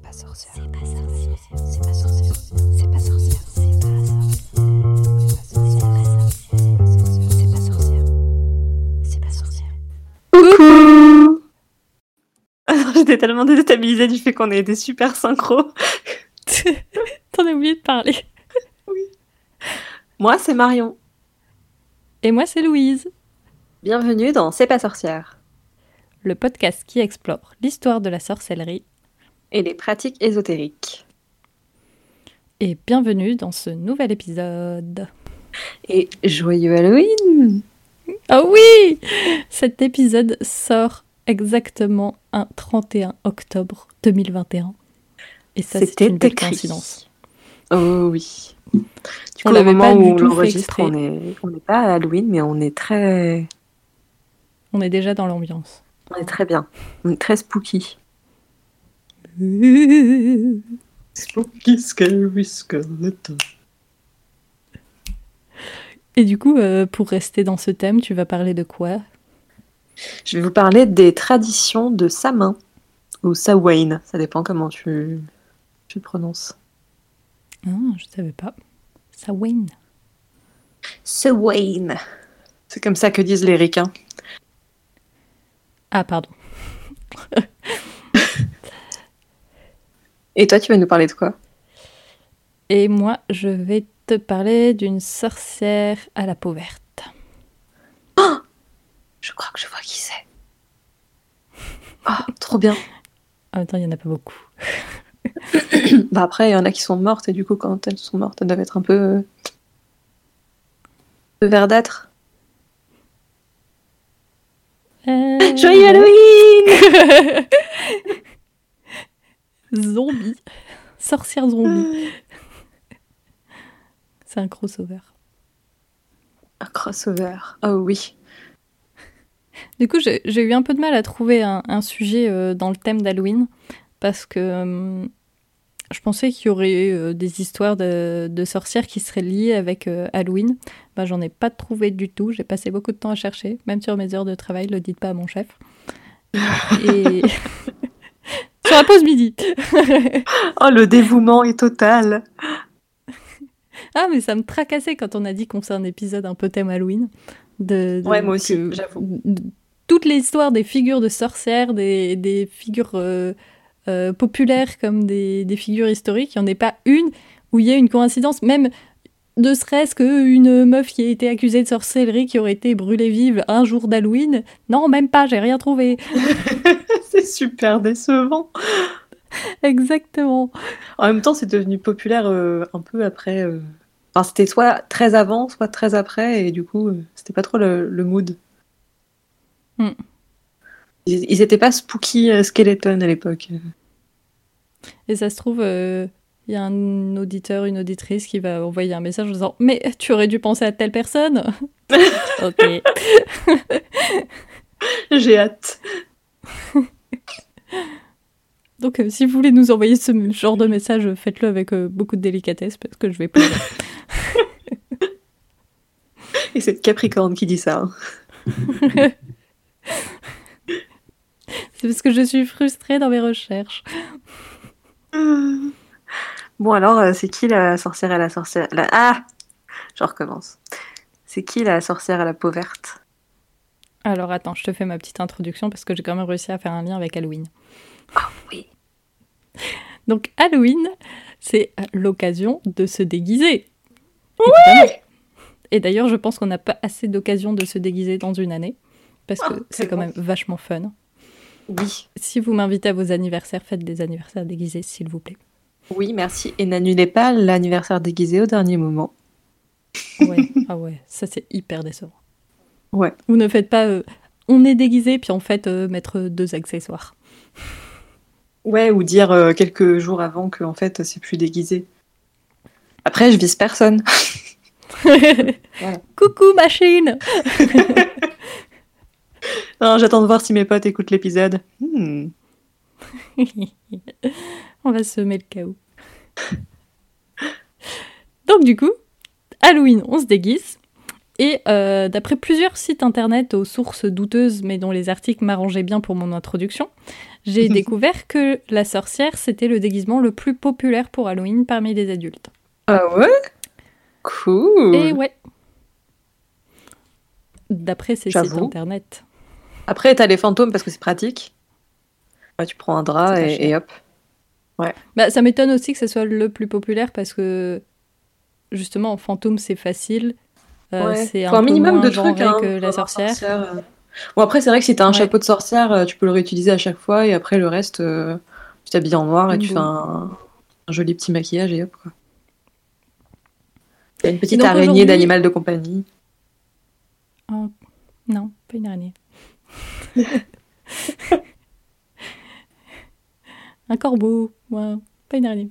pas sorcière. C'est pas sorcière. C'est pas sorcière. C'est pas sorcière. C'est pas sorcière. C'est pas sorcière. Coucou. J'étais tellement déstabilisée du fait qu'on ait été super synchro. T'en as oublié de parler. Oui. Moi, c'est Marion. Et moi, c'est Louise. Bienvenue dans C'est pas sorcière. Le podcast qui explore l'histoire de la sorcellerie. Et les pratiques ésotériques. Et bienvenue dans ce nouvel épisode. Et joyeux Halloween! Ah oui! Cet épisode sort exactement un 31 octobre 2021. Et ça, c'est une belle coïncidence. Oh oui. Du coup, On au l'avait moment pas du où on tout fait l'enregistre, exprès. on n'est pas à Halloween, mais on est très déjà dans l'ambiance. On est très bien. On est très spooky. Spooky, scary, skeleton. Et du coup, pour rester dans ce thème, tu vas parler de quoi? Je vais vous parler des traditions de Samhain, ou Samhain, ça dépend comment tu le prononces. Ah, je savais pas. Samhain. Samhain. C'est comme ça que disent les ricains. Ah, pardon. Et toi, tu vas nous parler de quoi? Et moi, je vais te parler d'une sorcière à la peau verte. Oh, je crois que je vois qui c'est. Ah, trop bien. En même temps, il n'y en a pas beaucoup. Bah après, il y en a qui sont mortes, et du coup, quand elles sont mortes, elles doivent être un peu verdâtres. Joyeux Halloween! Zombie. Sorcière zombie. C'est un crossover. Un crossover. Oh oui. Du coup, j'ai eu un peu de mal à trouver un sujet dans le thème d'Halloween, parce que je pensais qu'il y aurait des histoires de sorcières qui seraient liées avec Halloween. Ben, j'en ai pas trouvé du tout. J'ai passé beaucoup de temps à chercher, même sur mes heures de travail. Le dites pas à mon chef. Et sur la pause midi. Oh, le dévouement est total. Ah, mais ça me tracassait quand on a dit qu'on faisait un épisode un peu thème Halloween. Ouais, moi aussi, j'avoue. Toute l'histoire des figures de sorcières, des figures populaires comme des figures historiques, il n'y en a pas une où il y a une coïncidence, même ne serait-ce qu'une meuf qui a été accusée de sorcellerie qui aurait été brûlée vive un jour d'Halloween. Non, même pas, j'ai rien trouvé. C'est super décevant. Exactement. En même temps, c'est devenu populaire un peu après. Enfin, c'était soit très avant, soit très après, et du coup, c'était pas trop le mood. Mm. Ils étaient pas spooky skeleton à l'époque. Et ça se trouve, il y a un auditeur, une auditrice qui va envoyer un message en disant « Mais tu aurais dû penser à telle personne !» Ok. J'ai hâte. Donc, si vous voulez nous envoyer ce genre de message, faites-le avec beaucoup de délicatesse, parce que je vais pas... Et c'est Capricorne qui dit ça. Hein. C'est parce que je suis frustrée dans mes recherches. Bon, alors, c'est qui la sorcière à la sorcière... Ah! Je recommence. C'est qui la sorcière à la peau verte? Alors, attends, je te fais ma petite introduction, parce que j'ai quand même réussi à faire un lien avec Halloween. Ah oui. Donc, Halloween, c'est l'occasion de se déguiser. Oui! Évidemment. Et d'ailleurs, je pense qu'on n'a pas assez d'occasions de se déguiser dans une année, parce que c'est quand même vachement fun. Oui. Si vous m'invitez à vos anniversaires, faites des anniversaires déguisés, s'il vous plaît. Oui, merci. Et n'annulez pas l'anniversaire déguisé au dernier moment. Ouais, ah ouais, ça c'est hyper décevant. Ouais. Vous ne faites pas on est déguisé, puis en fait mettre 2 accessoires. Ouais, ou dire quelques jours avant que en fait c'est plus déguisé. Après, je vise personne. Voilà. Coucou machine. Non, j'attends de voir si mes potes écoutent l'épisode. On va semer le chaos. Donc du coup, Halloween, on se déguise. Et d'après plusieurs sites internet aux sources douteuses, mais dont les articles m'arrangeaient bien pour mon introduction, j'ai découvert que la sorcière, c'était le déguisement le plus populaire pour Halloween parmi les adultes. Ah ouais? Cool. Et ouais. D'après ces sites J'avoue. internet. Après, t'as les fantômes parce que c'est pratique. Ouais, tu prends un drap C'est pas et cher. hop. Bah, ça m'étonne aussi que ce soit le plus populaire parce que, justement, fantôme, c'est facile. C'est Faut un un peu minimum moins de genré trucs hein, que pour la avoir sorcière. Bon, après, c'est vrai que si t'as un Ouais. chapeau de sorcière, tu peux le réutiliser à chaque fois et après, le reste, tu t'habilles en noir et tu fais Boum. un joli petit maquillage et hop, quoi. T'as une petite donc, araignée aujourd'hui- d'animal de compagnie. Oh, non, pas une araignée. Un corbeau. Ouais, pas une araignée.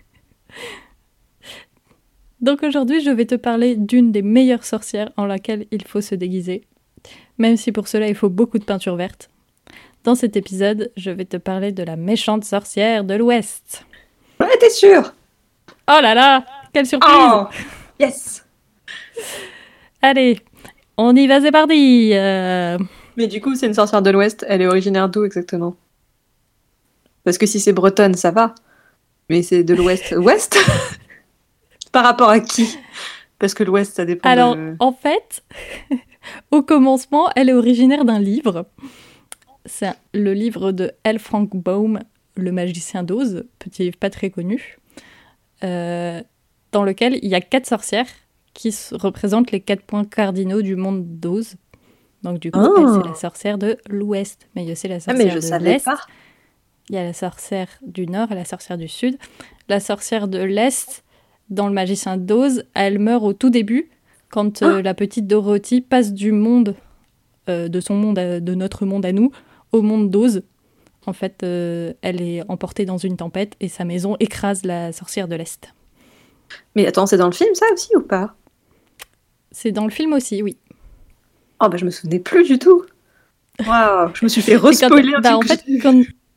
Donc aujourd'hui, je vais te parler d'une des meilleures sorcières en laquelle il faut se déguiser. Même si pour cela, il faut beaucoup de peinture verte. Dans cet épisode, je vais te parler de la méchante sorcière de l'Ouest. Ouais, t'es sûr? Oh là là, quelle surprise! Oh yes! Allez, on y va, c'est parti! Mais du coup, c'est une sorcière de l'Ouest. Elle est originaire d'où exactement? Parce que si c'est bretonne, ça va. Mais c'est de l'Ouest. Ouest? Par rapport à qui? Parce que l'Ouest, ça dépend Alors, de... en fait, au commencement, elle est originaire d'un livre. C'est le livre de L. Frank Baum, Le magicien d'Oz, petit livre pas très connu, dans lequel il y a 4 sorcières qui représentent les 4 points cardinaux du monde d'Oz. Donc du coup, Ah. elle, c'est la sorcière de l'Ouest. Mais il y a aussi la Ah, sorcière mais je de savais l'Est. pas. Il y a la sorcière du Nord et la sorcière du Sud. La sorcière de l'Est, dans le magicien d'Oz, elle meurt au tout début, quand la petite Dorothy passe du monde, de son monde, de notre monde à nous, au monde d'Oz. En fait, elle est emportée dans une tempête et sa maison écrase la sorcière de l'Est. Mais attends, c'est dans le film, ça aussi, ou pas? C'est dans le film aussi, oui. Oh, bah, je me souvenais plus du tout. Waouh, je me suis fait respoiler un en truc. fait,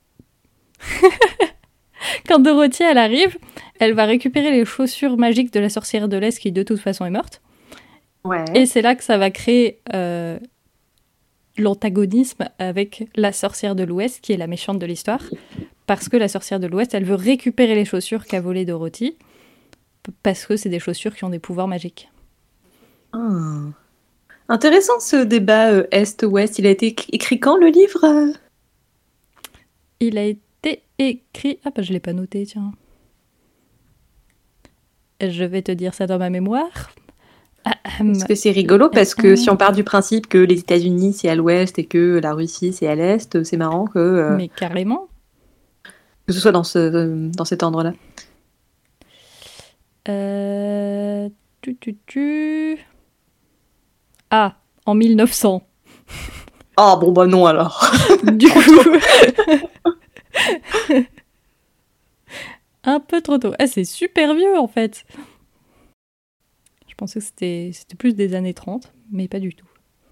quand Dorothy, elle arrive, elle va récupérer les chaussures magiques de la sorcière de l'Est qui, de toute façon, est morte. Ouais. Et c'est là que ça va créer l'antagonisme avec la sorcière de l'Ouest, qui est la méchante de l'histoire. Parce que la sorcière de l'Ouest, elle veut récupérer les chaussures qu'a volées Dorothy, parce que c'est des chaussures qui ont des pouvoirs magiques. Ah. Intéressant ce débat Est-Ouest. Il a été écrit quand, le livre? Il a été écrit... Ah bah je l'ai pas noté, tiens. Je vais te dire ça dans ma mémoire. Parce que c'est rigolo, parce que si on part du principe que les États-Unis c'est à l'ouest et que la Russie c'est à l'est, c'est marrant que Mais carrément. ce soit dans cet ordre-là. Ah, en 1900. Ah bon bah non alors. Du coup... Un peu trop tôt. Ah, c'est super vieux en fait. Je pensais que c'était plus des années 30, mais pas du tout.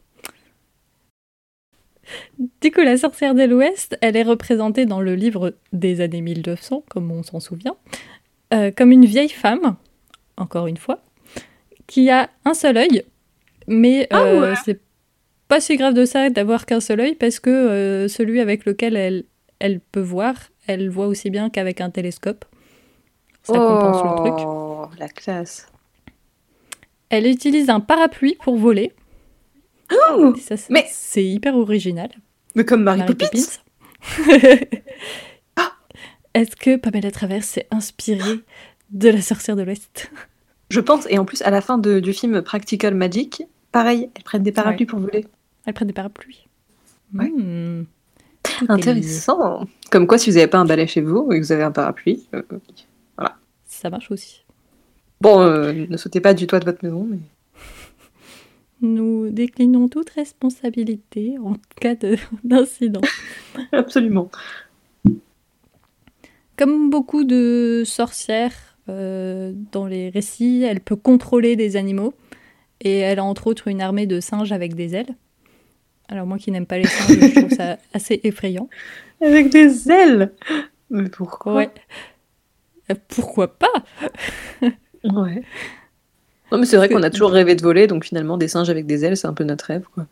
Du coup, la sorcière de l'Ouest, elle est représentée dans le livre des années 1900, comme on s'en souvient, comme une vieille femme, encore une fois, qui a un seul œil, mais ouais. c'est pas si grave de ça d'avoir qu'un seul œil, parce que celui avec lequel elle peut voir, elle voit aussi bien qu'avec un télescope. Ça compense le truc. Oh, la classe. Elle utilise un parapluie pour voler. Oh, Et ça, mais c'est hyper original. mais comme Mary Mary Poppins. Est-ce que Pamela Travers s'est inspirée de la sorcière de l'Ouest? Je pense, et en plus à la fin du film Practical Magic, pareil, elles prennent des parapluies pour voler. Elle prend des parapluies. Ouais. Tout est lié. Intéressant. Comme quoi, si vous n'avez pas un balai chez vous et que vous avez un parapluie, voilà. Ça marche aussi. Bon, ne sautez pas du toit de votre maison, mais... Nous déclinons toute responsabilité en cas d'incident. Absolument. Comme beaucoup de sorcières dans les récits, elle peut contrôler des animaux. Et elle a entre autres une armée de singes avec des ailes. Alors moi qui n'aime pas les singes, je trouve ça assez effrayant. Avec des ailes. Mais pourquoi? Ouais. Pourquoi pas? Ouais. Non, mais c'est vrai Parce qu'on a toujours rêvé de voler, donc finalement, des singes avec des ailes, c'est un peu notre rêve, quoi.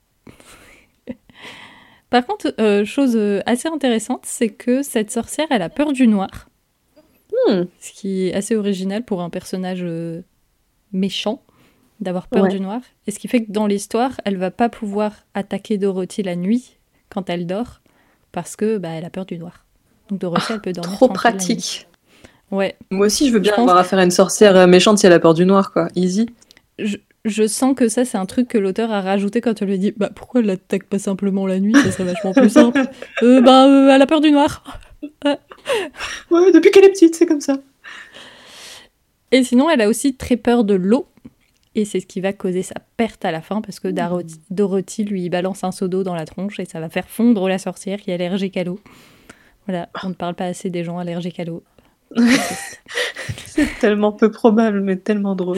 Par contre, chose assez intéressante, c'est que cette sorcière, elle a peur du noir. Ce qui est assez original pour un personnage méchant, d'avoir peur du noir. Et ce qui fait que dans l'histoire, elle va pas pouvoir attaquer Dorothy la nuit, quand elle dort, parce que elle a peur du noir. Donc Dorothy, elle peut dormir Trop tranquille pratique. la nuit. Ouais. Moi aussi, je veux bien pense avoir affaire à une sorcière méchante si elle a peur du noir, quoi. Easy. Je sens que ça, c'est un truc que l'auteur a rajouté quand elle lui dit pourquoi elle l'attaque pas simplement la nuit, ça serait vachement plus simple. Elle a peur du noir. Ouais, depuis qu'elle est petite, c'est comme ça. Et sinon, elle a aussi très peur de l'eau. Et c'est ce qui va causer sa perte à la fin, parce que Dorothy lui balance un seau d'eau dans la tronche et ça va faire fondre la sorcière qui est allergique à l'eau. Voilà, on ne parle pas assez des gens allergiques à l'eau. C'est tellement peu probable, mais tellement drôle.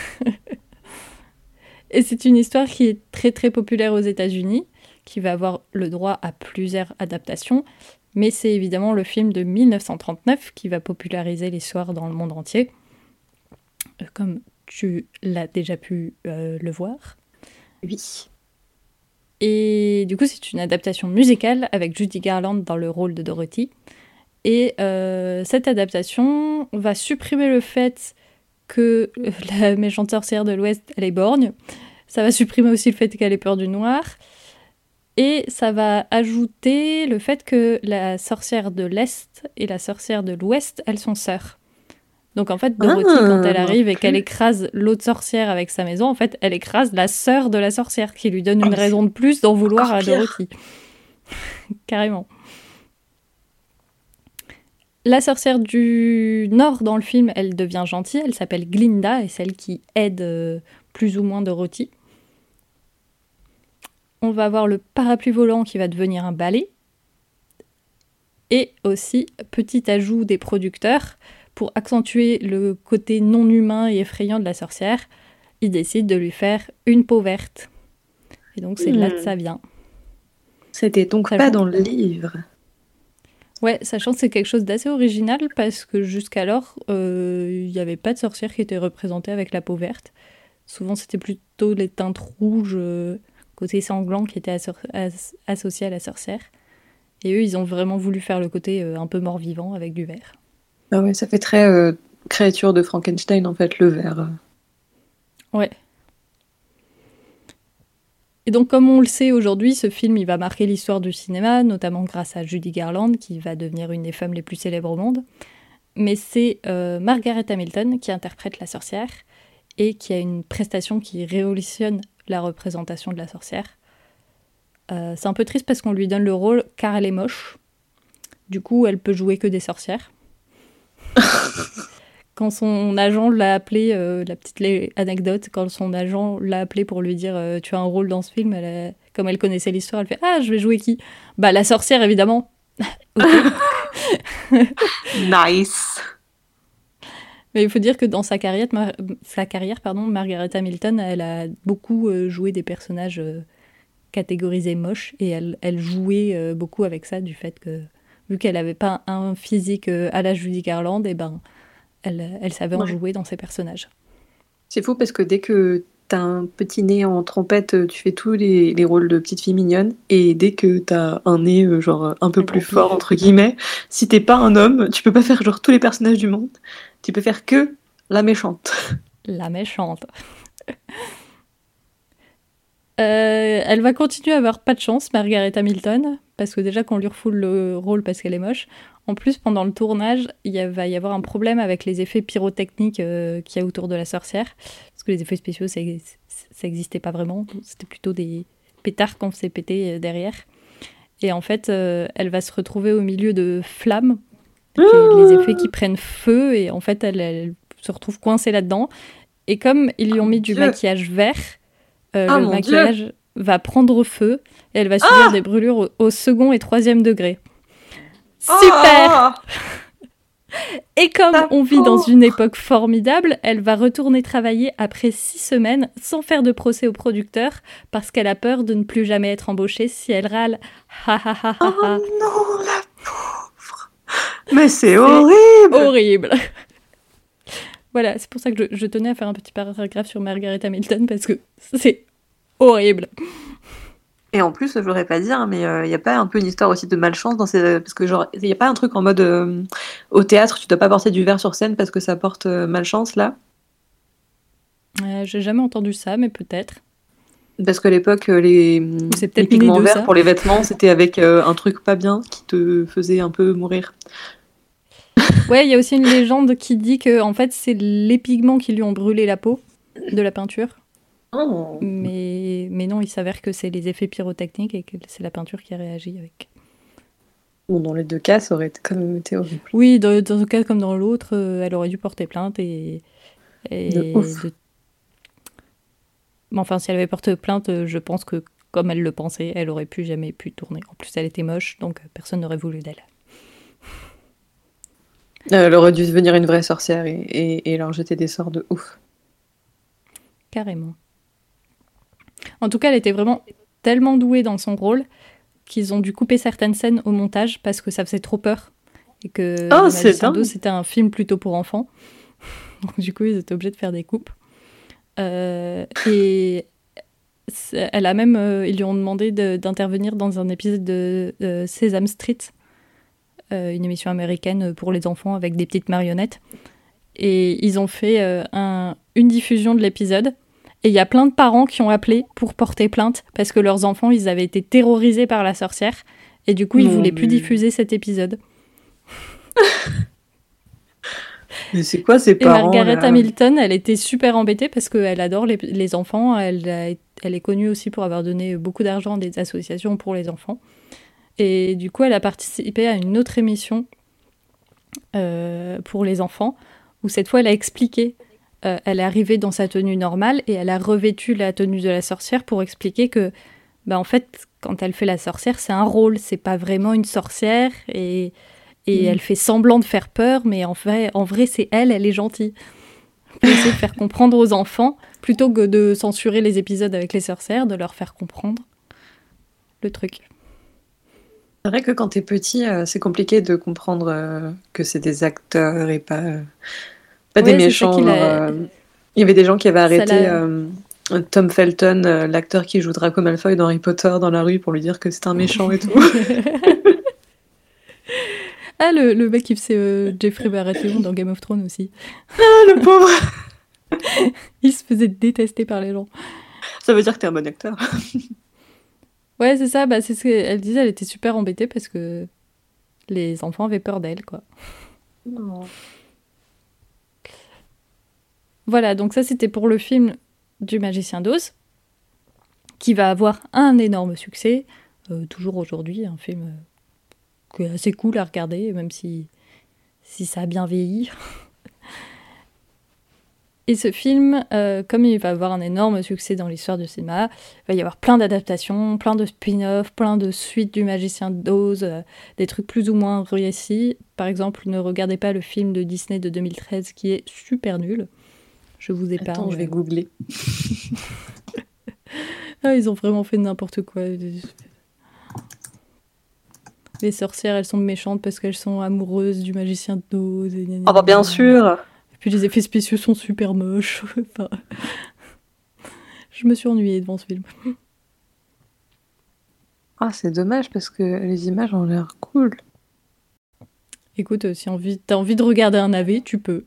Et c'est une histoire qui est très très populaire aux États-Unis, qui va avoir le droit à plusieurs adaptations, mais c'est évidemment le film de 1939 qui va populariser l'histoire dans le monde entier. Comme tu l'as déjà pu le voir. Oui. Et du coup, c'est une adaptation musicale avec Judy Garland dans le rôle de Dorothy. Et cette adaptation va supprimer le fait que la méchante sorcière de l'Ouest, elle est borgne. Ça va supprimer aussi le fait qu'elle ait peur du noir. Et ça va ajouter le fait que la sorcière de l'Est et la sorcière de l'Ouest, elles sont sœurs. Donc en fait, Dorothy, quand elle arrive et qu'elle écrase l'autre sorcière avec sa maison, en fait, elle écrase la sœur de la sorcière, qui lui donne une raison de plus d'en vouloir à Dorothy. Carrément. La sorcière du Nord dans le film, elle devient gentille, elle s'appelle Glinda, et celle qui aide plus ou moins Dorothy. On va avoir le parapluie volant qui va devenir un balai. Et aussi, petit ajout des producteurs, pour accentuer le côté non humain et effrayant de la sorcière, ils décident de lui faire une peau verte. Et donc c'est de là que ça vient. C'était donc pas dans le livre. Ouais, sachant que c'est quelque chose d'assez original, parce que jusqu'alors, il n'y avait pas de sorcière qui était représentée avec la peau verte. Souvent, c'était plutôt les teintes rouges, côté sanglant, qui étaient associées à la sorcière. Et eux, ils ont vraiment voulu faire le côté un peu mort-vivant avec du vert. Ah ouais, ça fait très créature de Frankenstein, en fait, le vert. Ouais. Et donc, comme on le sait aujourd'hui, ce film, il va marquer l'histoire du cinéma, notamment grâce à Judy Garland, qui va devenir une des femmes les plus célèbres au monde. Mais c'est Margaret Hamilton qui interprète la sorcière et qui a une prestation qui révolutionne la représentation de la sorcière. C'est un peu triste parce qu'on lui donne le rôle car elle est moche. Du coup, elle peut jouer que des sorcières. Quand son agent l'a appelé, la petite anecdote, quand son agent l'a appelé pour lui dire tu as un rôle dans ce film, comme elle connaissait l'histoire, elle fait ah, je vais jouer qui ? Bah la sorcière évidemment. Nice. Mais il faut dire que dans sa carrière, Margaret Hamilton, elle a beaucoup joué des personnages catégorisés moches et elle jouait beaucoup avec ça, du fait que vu qu'elle n'avait pas un physique à la Judy Garland, et elle savait en jouer dans ses personnages. C'est fou parce que dès que t'as un petit nez en trompette, tu fais tous les rôles de petite fille mignonne, et dès que t'as un nez genre un peu plus fort, entre guillemets, si t'es pas un homme, tu peux pas faire genre tous les personnages du monde, tu peux faire que la méchante. La méchante. Elle va continuer à avoir pas de chance, Margaret Hamilton, parce que déjà qu'on lui refoule le rôle parce qu'elle est moche. En plus, pendant le tournage, va y avoir un problème avec les effets pyrotechniques qu'il y a autour de la sorcière, parce que les effets spéciaux, ça n'existait pas vraiment. C'était plutôt des pétards qu'on faisait péter derrière. Et en fait, elle va se retrouver au milieu de flammes, les effets qui prennent feu, et en fait, elle se retrouve coincée là-dedans. Et comme ils lui ont mis du maquillage vert, le maquillage va prendre feu et elle va subir des brûlures au second et 3e degré. Super. Et comme on vit dans une époque formidable, elle va retourner travailler après 6 semaines sans faire de procès au producteur parce qu'elle a peur de ne plus jamais être embauchée si elle râle. Oh non, la pauvre. Mais c'est horrible. Horrible. Voilà, c'est pour ça que je tenais à faire un petit paragraphe sur Margaret Hamilton, parce que c'est horrible. Et en plus, je voudrais pas dire, mais il n'y a pas un peu une histoire aussi de malchance dans ces... Parce que genre, il n'y a pas un truc en mode au théâtre, tu dois pas porter du verre sur scène parce que ça porte malchance là? J'ai jamais entendu ça, mais peut-être. Parce qu'à l'époque, les c'est les peut-être né pigments de verts ça. pour les vêtements, c'était avec un truc pas bien qui te faisait un peu mourir. Ouais, il y a aussi une légende qui dit que en fait, c'est les pigments qui lui ont brûlé la peau de la peinture. Oh. Mais non, il s'avère que c'est les effets pyrotechniques et que c'est la peinture qui a réagi avec. Bon, dans les deux cas, ça aurait quand même été horrible. Oui, dans un cas comme dans l'autre, elle aurait dû porter plainte et De ouf. Mais enfin, si elle avait porté plainte, je pense que comme elle le pensait, elle aurait jamais pu tourner. En plus, elle était moche, donc personne n'aurait voulu d'elle. Elle aurait dû devenir une vraie sorcière et leur jeter des sorts de ouf. Carrément. En tout cas, elle était vraiment tellement douée dans son rôle qu'ils ont dû couper certaines scènes au montage parce que ça faisait trop peur. Et que Oh, Le c'est Magicien dingue. d'Oz, c'était un film plutôt pour enfants. Donc du coup, ils étaient obligés de faire des coupes. Et elle a même, ils lui ont demandé d'intervenir dans un épisode de Sesame Street, une émission américaine pour les enfants avec des petites marionnettes. Et ils ont fait une diffusion de l'épisode. Et il y a plein de parents qui ont appelé pour porter plainte parce que leurs enfants, ils avaient été terrorisés par la sorcière. Et du coup, ils voulaient plus diffuser cet épisode. Mais c'est quoi ces Et parents Margaret là? Hamilton, elle était super embêtée parce qu'elle adore les enfants. Elle est connue aussi pour avoir donné beaucoup d'argent à des associations pour les enfants. Et du coup, elle a participé à une autre émission pour les enfants où cette fois, elle a expliqué. Elle est arrivée dans sa tenue normale et elle a revêtu la tenue de la sorcière pour expliquer que, en fait, quand elle fait la sorcière, c'est un rôle, c'est pas vraiment une sorcière et elle fait semblant de faire peur, mais en vrai, c'est elle est gentille. Pour essayer de faire comprendre aux enfants, plutôt que de censurer les épisodes avec les sorcières, de leur faire comprendre le truc. C'est vrai que quand t'es petit, c'est compliqué de comprendre que c'est des acteurs et pas des Ouais, c'est ça méchants. qu'il Genre, a. il y avait des gens qui avaient Ça arrêté l'a. Tom Felton, l'acteur qui joue Draco Malfoy dans Harry Potter, dans la rue pour lui dire que c'est un méchant et tout. Ah, le mec qui faisait Jeffrey Baratheon dans Game of Thrones aussi. Ah, le pauvre. Il se faisait détester par les gens. Ça veut dire que t'es un bon acteur. Ouais, c'est ça, c'est ce qu'elle disait, elle était super embêtée parce que les enfants avaient peur d'elle, quoi. Non. Voilà, donc ça c'était pour le film du Magicien d'Oz, qui va avoir un énorme succès, toujours aujourd'hui, un film qui est assez cool à regarder, même si ça a bien vieilli. Et ce film, comme il va avoir un énorme succès dans l'histoire du cinéma, il va y avoir plein d'adaptations, plein de spin-offs, plein de suites du Magicien d'Oz, des trucs plus ou moins réussis. Par exemple, ne regardez pas le film de Disney de 2013 qui est super nul. Je vous épargne. Attends, je vais googler. Ah, ils ont vraiment fait n'importe quoi. Les sorcières, elles sont méchantes parce qu'elles sont amoureuses du Magicien d'Oz. Ah bah bien sûr. Puis les effets spéciaux sont super moches. Enfin, je me suis ennuyée devant ce film. Ah, c'est dommage parce que les images ont l'air cool. Écoute, si t'as envie de regarder un AV, tu peux.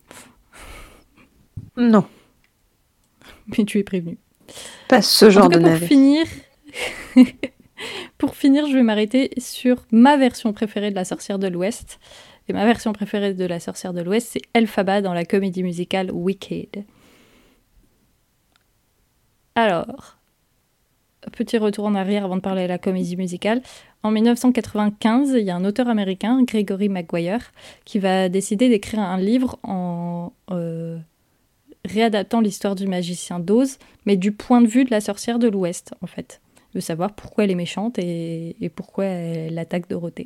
Non, Mais tu es prévenu. pas ce genre de navet. Pour finir, je vais m'arrêter sur ma version préférée de La Sorcière de l'Ouest. Et ma version préférée de La Sorcière de l'Ouest, c'est Elphaba dans la comédie musicale Wicked. Alors, petit retour en arrière avant de parler de la comédie musicale. En 1995, il y a un auteur américain, Gregory Maguire, qui va décider d'écrire un livre en réadaptant l'histoire du Magicien d'Oz, mais du point de vue de la sorcière de l'Ouest, en fait. De savoir pourquoi elle est méchante et pourquoi elle attaque Dorothée.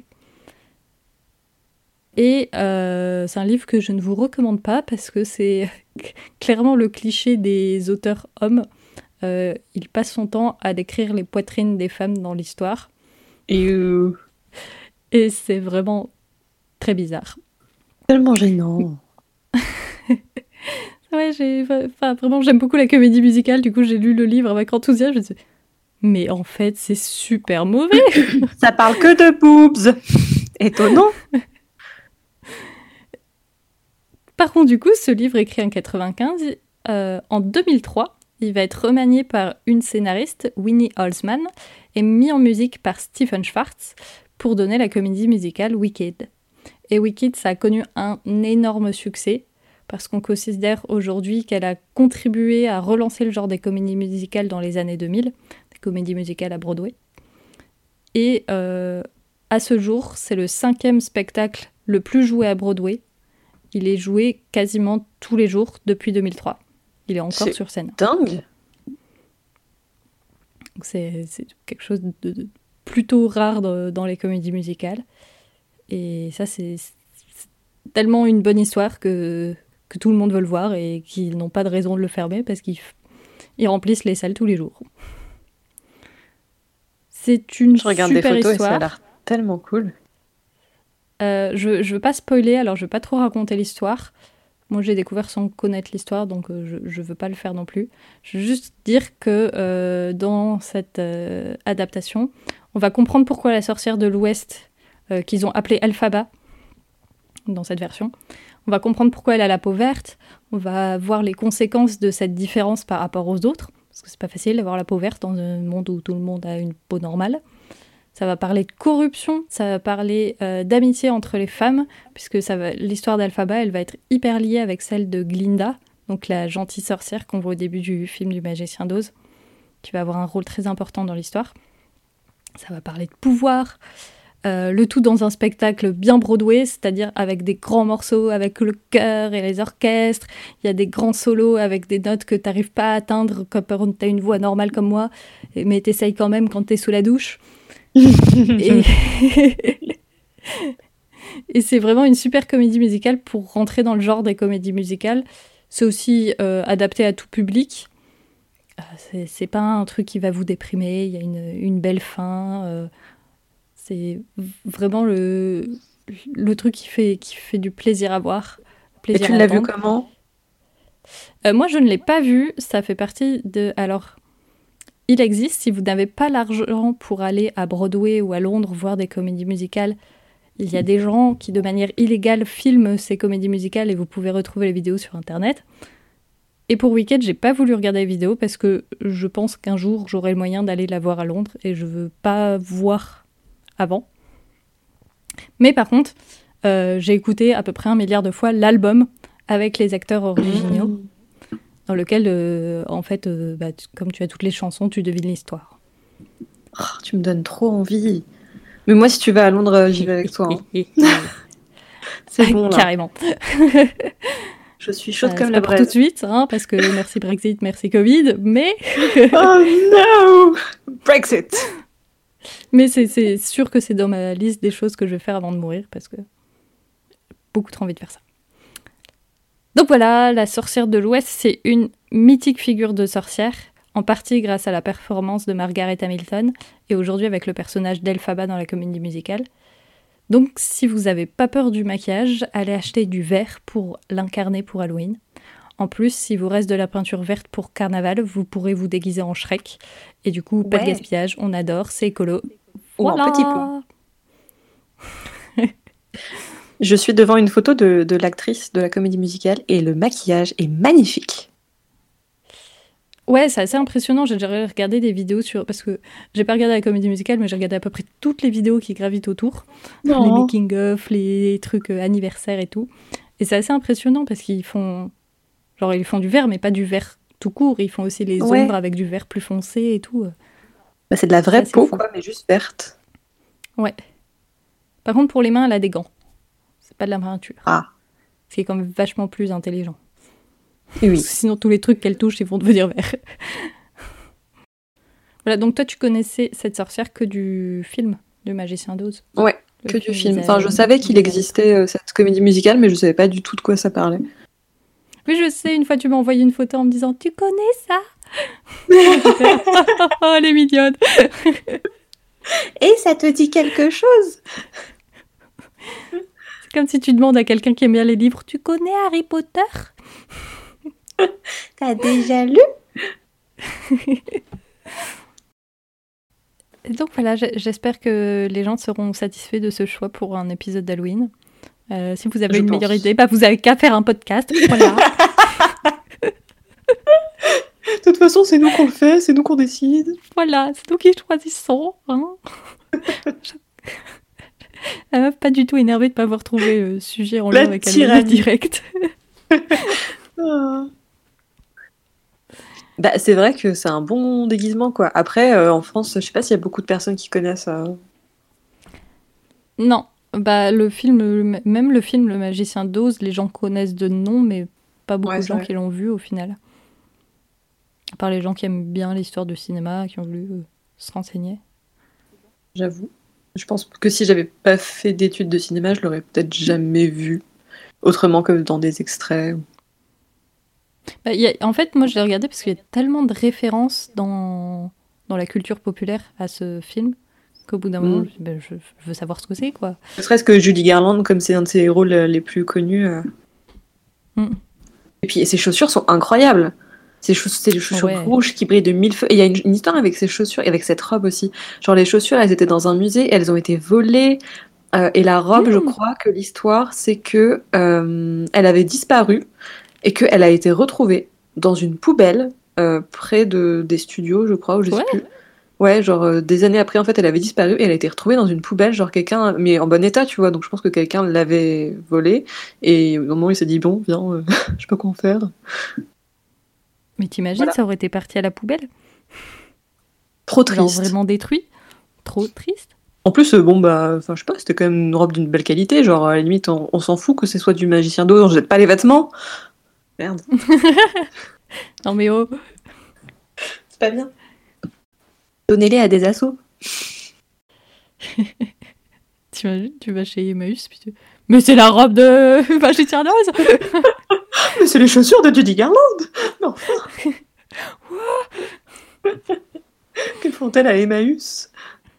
Et c'est un livre que je ne vous recommande pas parce que c'est clairement le cliché des auteurs hommes. Il passe son temps à décrire les poitrines des femmes dans l'histoire. Et c'est vraiment très bizarre. Tellement gênant. ouais, vraiment, j'aime beaucoup la comédie musicale. Du coup, j'ai lu le livre avec enthousiasme. Je me suis dit, mais en fait, c'est super mauvais. Ça parle que de boobs. Étonnant. Par contre, du coup, ce livre écrit en 95, en 2003, il va être remanié par une scénariste, Winnie Holzman, et mis en musique par Stephen Schwartz pour donner la comédie musicale Wicked. Et Wicked, ça a connu un énorme succès, parce qu'on considère aujourd'hui qu'elle a contribué à relancer le genre des comédies musicales dans les années 2000, des comédies musicales à Broadway. Et à ce jour, c'est le 5e spectacle le plus joué à Broadway. Il est joué quasiment tous les jours depuis 2003. Il est encore sur scène. Dingue. Donc c'est quelque chose de plutôt rare dans les comédies musicales. Et ça, c'est tellement une bonne histoire que tout le monde veut le voir et qu'ils n'ont pas de raison de le fermer parce qu'ils remplissent les salles tous les jours. C'est une super histoire. Je regarde des photos et ça a l'air tellement cool. Je veux pas spoiler, alors je veux pas trop raconter l'histoire. Moi, j'ai découvert sans connaître l'histoire, donc je veux pas le faire non plus. Je veux juste dire que dans cette adaptation, on va comprendre pourquoi la sorcière de l'Ouest, qu'ils ont appelée Elphaba, dans cette version, on va comprendre pourquoi elle a la peau verte, on va voir les conséquences de cette différence par rapport aux autres, parce que c'est pas facile d'avoir la peau verte dans un monde où tout le monde a une peau normale. Ça va parler de corruption, ça va parler d'amitié entre les femmes, puisque l'histoire d'Elphaba, elle va être hyper liée avec celle de Glinda, donc la gentille sorcière qu'on voit au début du film du Magicien d'Oz, qui va avoir un rôle très important dans l'histoire. Ça va parler de pouvoir, le tout dans un spectacle bien Broadway, c'est-à-dire avec des grands morceaux, avec le chœur et les orchestres. Il y a des grands solos avec des notes que tu n'arrives pas à atteindre quand tu as une voix normale comme moi, mais tu essayes quand même quand tu es sous la douche. Et c'est vraiment une super comédie musicale pour rentrer dans le genre des comédies musicales. C'est aussi adapté à tout public. C'est pas un truc qui va vous déprimer. Il y a une belle fin. C'est vraiment le truc qui fait du plaisir à voir. Et tu l'as vu comment ? Moi, je ne l'ai pas vu. Ça fait partie de... Alors... Il existe, si vous n'avez pas l'argent pour aller à Broadway ou à Londres voir des comédies musicales, il y a des gens qui, de manière illégale, filment ces comédies musicales et vous pouvez retrouver les vidéos sur Internet. Et pour Wicked, j'ai pas voulu regarder les vidéos parce que je pense qu'un jour, j'aurai le moyen d'aller la voir à Londres et je veux pas voir avant. Mais par contre, j'ai écouté à peu près 1 milliard de fois l'album avec les acteurs originaux. Dans lequel, en fait, comme tu as toutes les chansons, tu devines l'histoire. Oh, tu me donnes trop envie. Mais moi, si tu vas à Londres, j'y vais avec toi. Hein. C'est bon, là. Carrément. Je suis chaude comme la braise. Pas pour tout de suite, hein, parce que merci Brexit, merci Covid, mais... Oh no! Brexit! Mais c'est sûr que c'est dans ma liste des choses que je vais faire avant de mourir, parce que j'ai beaucoup trop envie de faire ça. Donc voilà, la sorcière de l'Ouest, c'est une mythique figure de sorcière, en partie grâce à la performance de Margaret Hamilton, et aujourd'hui avec le personnage d'Elphaba dans la comédie musicale. Donc si vous n'avez pas peur du maquillage, allez acheter du vert pour l'incarner pour Halloween. En plus, si vous reste de la peinture verte pour Carnaval, vous pourrez vous déguiser en Shrek. Et du coup, pas de gaspillage, on adore, c'est écolo. Voilà. Ou en petit pot. Je suis devant une photo de l'actrice de la comédie musicale et le maquillage est magnifique. Ouais, c'est assez impressionnant. J'ai déjà regardé des vidéos parce que j'ai pas regardé la comédie musicale, mais j'ai regardé à peu près toutes les vidéos qui gravitent autour. Non. Les making-of, les trucs anniversaires et tout. Et c'est assez impressionnant parce qu'ils font du vert, mais pas du vert tout court. Ils font aussi les ombres avec du vert plus foncé et tout. Bah, c'est de la vraie peau, quoi, mais juste verte. Ouais. Par contre, pour les mains, elle a des gants. C'est pas de la peinture. Ah. Ce qui est quand même vachement plus intelligent. Et oui. Sinon, tous les trucs qu'elle touche, ils vont devenir verts. Voilà, donc toi, tu connaissais cette sorcière que du film, du Magicien d'Oz. Ouais, que du film. Enfin, je savais qu'il existait cette comédie musicale, mais je savais pas du tout de quoi ça parlait. Oui, je sais, une fois, tu m'as envoyé une photo en me disant « Tu connais ça ?» Oh, elle est mignonne. Et ça te dit quelque chose? C'est comme si tu demandes à quelqu'un qui aime bien les livres « Tu connais Harry Potter ?» T'as déjà lu? Et donc voilà, j'espère que les gens seront satisfaits de ce choix pour un épisode d'Halloween. Si vous avez Je une pense. meilleure idée, vous avez qu'à faire un podcast. Voilà. De toute façon, c'est nous qu'on le fait, c'est nous qu'on décide. Voilà, c'est nous qui choisissons. Hein. La meuf pas du tout énervée de ne pas avoir trouvé sujet en lien La avec Halloween tyrannie. direct. Ah. Bah, c'est vrai que c'est un bon déguisement, quoi. Après, en France, je sais pas s'il y a beaucoup de personnes qui connaissent. Non, le film, même le film Le Magicien d'Oz, les gens connaissent de nom, mais pas beaucoup Ouais, de c'est gens vrai. qui l'ont vu au final. À part les gens qui aiment bien l'histoire du cinéma, qui ont voulu se renseigner. J'avoue. Je pense que si j'avais pas fait d'études de cinéma, je l'aurais peut-être jamais vu autrement que dans des extraits. En fait, moi, je l'ai regardé parce qu'il y a tellement de références dans la culture populaire à ce film qu'au bout d'un moment, je veux savoir ce que c'est, quoi. Ne serait-ce que Judy Garland, comme c'est un de ses rôles les plus connus. Mm. Et puis ses chaussures sont incroyables. C'est des chaussures Ouais. rouges qui brillent de mille feux. Et il y a une histoire avec ces chaussures et avec cette robe aussi. Genre les chaussures, elles étaient dans un musée, elles ont été volées. Et la robe, je crois que l'histoire, c'est que elle avait disparu et qu'elle a été retrouvée dans une poubelle près des studios, je crois, ou je sais plus. Ouais, genre des années après, en fait, elle avait disparu et elle a été retrouvée dans une poubelle, genre quelqu'un, mais en bon état, tu vois. Donc je pense que quelqu'un l'avait volée et au moment où il s'est dit bon, viens, je sais pas quoi en faire. Mais t'imagines, Voilà. ça aurait été parti à la poubelle? Trop Genre triste. vraiment détruit? Trop triste? En plus, bon bah, enfin je sais pas, c'était quand même une robe d'une belle qualité. Genre à la limite, on s'en fout que ce soit du magicien d'Oz, on jette pas les vêtements. Merde, Non mais oh. c'est pas bien. Donnez-les à des assos. T'imagines, tu vas chez Emmaüs, puis mais c'est la robe de magicien d'Oz. Mais c'est les chaussures de Judy Garland. Mais enfin. Que font-elles à Emmaüs?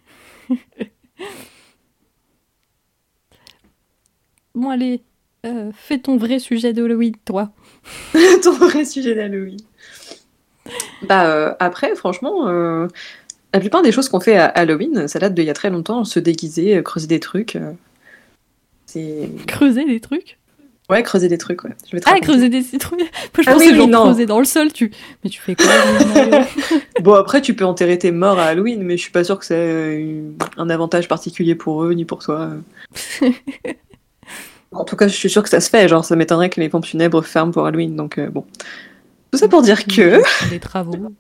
Bon allez, fais ton vrai sujet d'Halloween, toi. Ton vrai sujet d'Halloween. Bah après, franchement, la plupart des choses qu'on fait à Halloween, ça date d'il y a très longtemps. Se déguiser, creuser des trucs. C'est Creuser des trucs. ouais, creuser des trucs. Ouais. Je vais te Ah, raconter. creuser des citrouilles. Moi, je Ah pensais oui, genre non. creuser dans le sol. Mais tu fais quoi Mario? Bon, après, tu peux enterrer tes morts à Halloween, mais je suis pas sûre que c'est un avantage particulier pour eux ni pour toi. En tout cas, je suis sûre que ça se fait. Genre, ça m'étonnerait que les pompes funèbres ferment pour Halloween. Donc, bon. Tout ça pour dire que. Des travaux.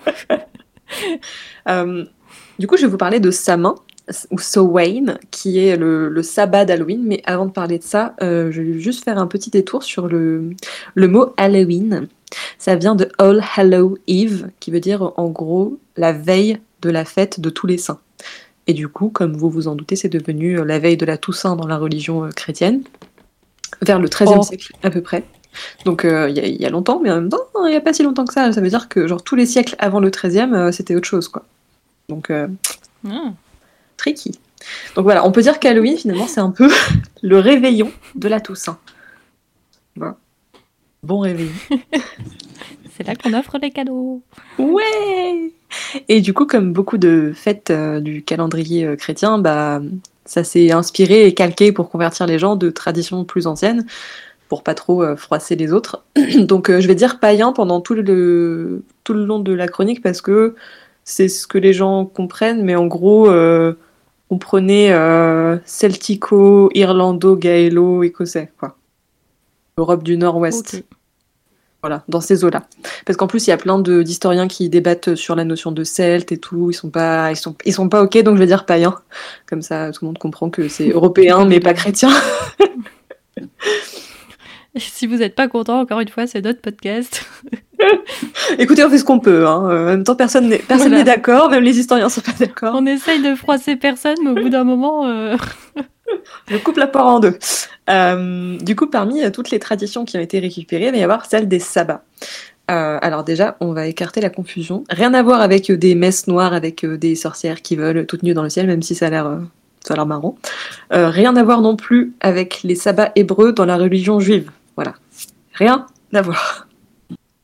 Du coup, je vais vous parler de Samhain, ou Samhain, qui est le sabbat d'Halloween. Mais avant de parler de ça, je vais juste faire un petit détour sur le mot Halloween. Ça vient de All Hallow Eve, qui veut dire en gros la veille de la fête de tous les saints. Et du coup, comme vous vous en doutez, c'est devenu la veille de la Toussaint dans la religion chrétienne, vers le XIIIe siècle à peu près. Donc il y a longtemps, mais en même temps, il n'y a pas si longtemps que ça. Ça veut dire que genre tous les siècles avant le XIIIe, c'était autre chose, quoi. Donc tricky. Donc voilà, on peut dire qu'Halloween, finalement, c'est un peu le réveillon de la Toussaint. Voilà. Bon réveillon. C'est là qu'on offre les cadeaux. Ouais. Et du coup, comme beaucoup de fêtes du calendrier chrétien, bah, ça s'est inspiré et calqué pour convertir les gens de traditions plus anciennes, pour pas trop froisser les autres. Donc je vais dire païen pendant tout le long de la chronique, parce que c'est ce que les gens comprennent, mais en gros, comprenez celtico, irlando, gaélo, écossais, quoi. Europe du Nord-Ouest. Ok. Voilà, dans ces eaux-là. Parce qu'en plus, il y a plein d'historiens qui débattent sur la notion de celte et tout. Ils sont pas ok, donc je vais dire païen. Comme ça, tout le monde comprend que c'est européen, mais pas chrétien. Et si vous n'êtes pas content, encore une fois, c'est notre podcast. Écoutez, on fait ce qu'on peut. Hein. En même temps, personne n'est d'accord, même les historiens sont pas d'accord. On essaye de froisser personne, mais au bout d'un moment... Je coupe la poire en deux. Du coup, parmi toutes les traditions qui ont été récupérées, il va y avoir celle des sabbats. Alors déjà, on va écarter la confusion. Rien à voir avec des messes noires avec des sorcières qui volent toutes nues dans le ciel, même si ça a l'air marrant. Rien à voir non plus avec les sabbats hébreux dans la religion juive. Voilà. Rien à voir.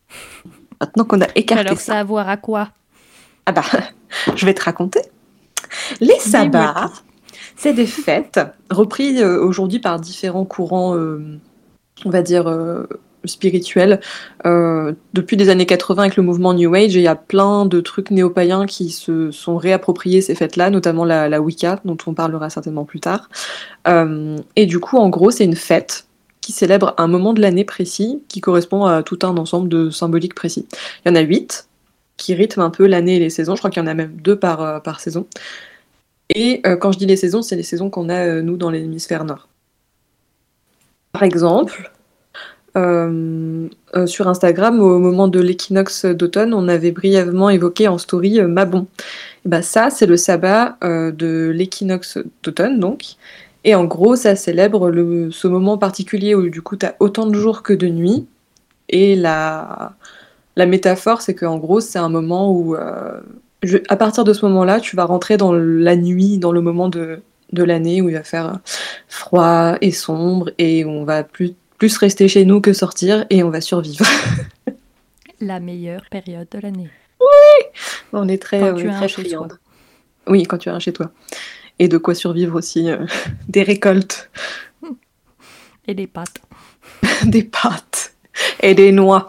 Maintenant qu'on a écarté Alors, ça. ça a à voir à quoi? Ah bah, je vais te raconter. Les sabbats, c'est des fêtes reprises aujourd'hui par différents courants, on va dire, spirituels. Depuis les années 80 avec le mouvement New Age, il y a plein de trucs néo-païens qui se sont réappropriés ces fêtes-là, notamment la Wicca, dont on parlera certainement plus tard. Et du coup, en gros, c'est une fête qui célèbre un moment de l'année précis, qui correspond à tout un ensemble de symboliques précis. Il y en a 8 qui rythment un peu l'année et les saisons. Je crois qu'il y en a même 2 par saison. Et quand je dis les saisons, c'est les saisons qu'on a, nous, dans l'hémisphère nord. Par exemple, sur Instagram, au moment de l'équinoxe d'automne, on avait brièvement évoqué en story Mabon. Et bah ça, c'est le sabbat de l'équinoxe d'automne, donc. Et en gros, ça célèbre ce moment particulier où du coup, tu as autant de jours que de nuits. Et la métaphore, c'est qu'en gros, c'est un moment où, à partir de ce moment-là, tu vas rentrer dans la nuit, dans le moment de l'année où il va faire froid et sombre et on va plus rester chez nous que sortir et on va survivre. La meilleure période de l'année. Oui, on est très, Quand tu as un très chez toi. friande. Oui, quand tu as un chez toi. Et de quoi survivre aussi, des récoltes, Et les pâtes. des pâtes et des noix.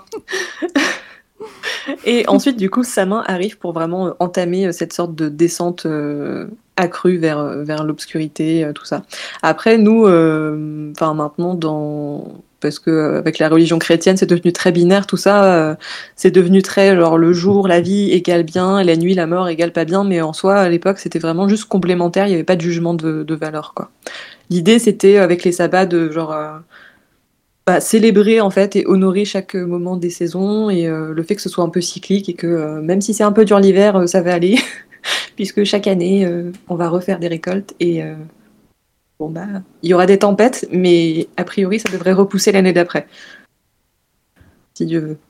Et ensuite, du coup, sa main arrive pour vraiment entamer cette sorte de descente accrue vers l'obscurité, tout ça. Après, nous, maintenant, parce que avec la religion chrétienne, c'est devenu très binaire, tout ça, c'est devenu très genre le jour, la vie égale bien, et la nuit, la mort égale pas bien, mais en soi, à l'époque, c'était vraiment juste complémentaire, il n'y avait pas de jugement de valeur, quoi. L'idée, c'était avec les sabbats de genre célébrer en fait et honorer chaque moment des saisons et le fait que ce soit un peu cyclique et que même si c'est un peu dur l'hiver, ça va aller puisque chaque année on va refaire des récoltes et il y aura des tempêtes mais a priori ça devrait repousser l'année d'après si Dieu veut.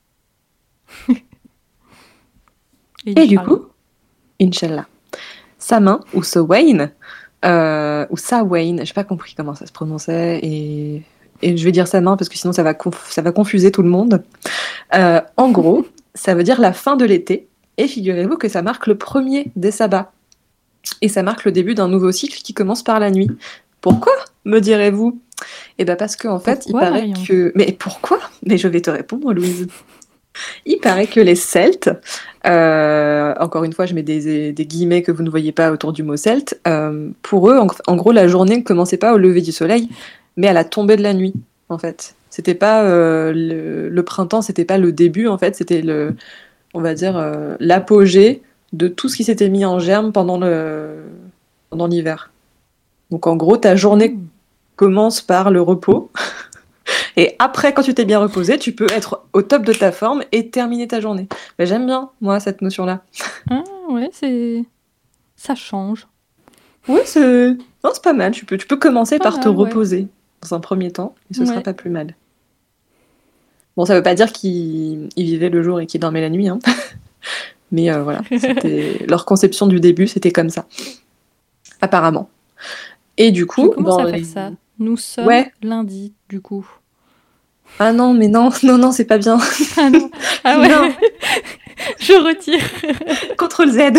Et du coup, Inch'Allah, Samhain ou Samhain ou Samhain, j'ai pas compris comment ça se prononçait et je vais dire Samhain parce que sinon ça va confuser tout le monde. En gros, ça veut dire la fin de l'été et figurez-vous que ça marque le premier des sabbats et ça marque le début d'un nouveau cycle qui commence par la nuit. Pourquoi, me direz-vous? Eh ben parce qu'en fait, il paraît Marion que... Mais pourquoi? Mais je vais te répondre, Louise. Il paraît que les Celtes, encore une fois, je mets des guillemets que vous ne voyez pas autour du mot celte, pour eux, en gros, la journée ne commençait pas au lever du soleil, mais à la tombée de la nuit, en fait. C'était pas le printemps, c'était pas le début, en fait, c'était on va dire, l'apogée de tout ce qui s'était mis en germe pendant l'hiver. Donc, en gros, ta journée commence par le repos. Et après, quand tu t'es bien reposé, tu peux être au top de ta forme et terminer ta journée. Mais j'aime bien, moi, cette notion-là. Ah ouais, ça change. Oui, c'est pas mal. Tu peux commencer par te mal, ouais. reposer dans un premier temps, et ce sera Ouais. pas plus mal. Bon, ça veut pas dire qu'ils vivaient le jour et qu'ils dormaient la nuit, hein. Mais voilà, leur conception du début, c'était comme ça. Apparemment. Et du Je coup, commence à faire ça. Nous sommes lundi, du coup. Ah non, mais non, c'est pas bien. Ah non. Ah ouais. Non. Je retire. CTRL Z.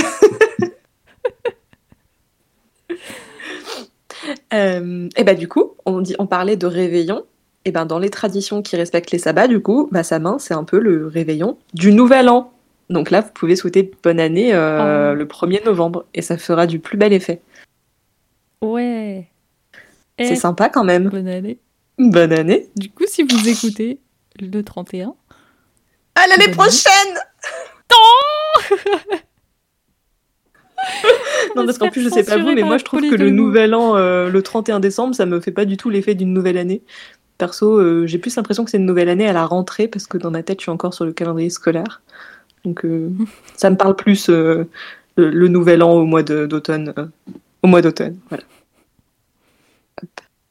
Et bah du coup, on parlait de réveillon. Et ben dans les traditions qui respectent les sabbats, du coup, Samhain, c'est un peu le réveillon du nouvel an. Donc là, vous pouvez souhaiter bonne année le 1er novembre et ça fera du plus bel effet. Ouais. C'est sympa quand même. Bonne année. Bonne année. Du coup, si vous écoutez le 31... À l'année prochaine. Non, parce qu'en plus, je sais pas vous, mais moi, je trouve que le nouvel an, le 31 décembre, ça me fait pas du tout l'effet d'une nouvelle année. Perso, j'ai plus l'impression que c'est une nouvelle année à la rentrée, parce que dans ma tête, je suis encore sur le calendrier scolaire. Donc, ça me parle plus le nouvel an au mois d'automne. Au mois d'automne, voilà. Hop.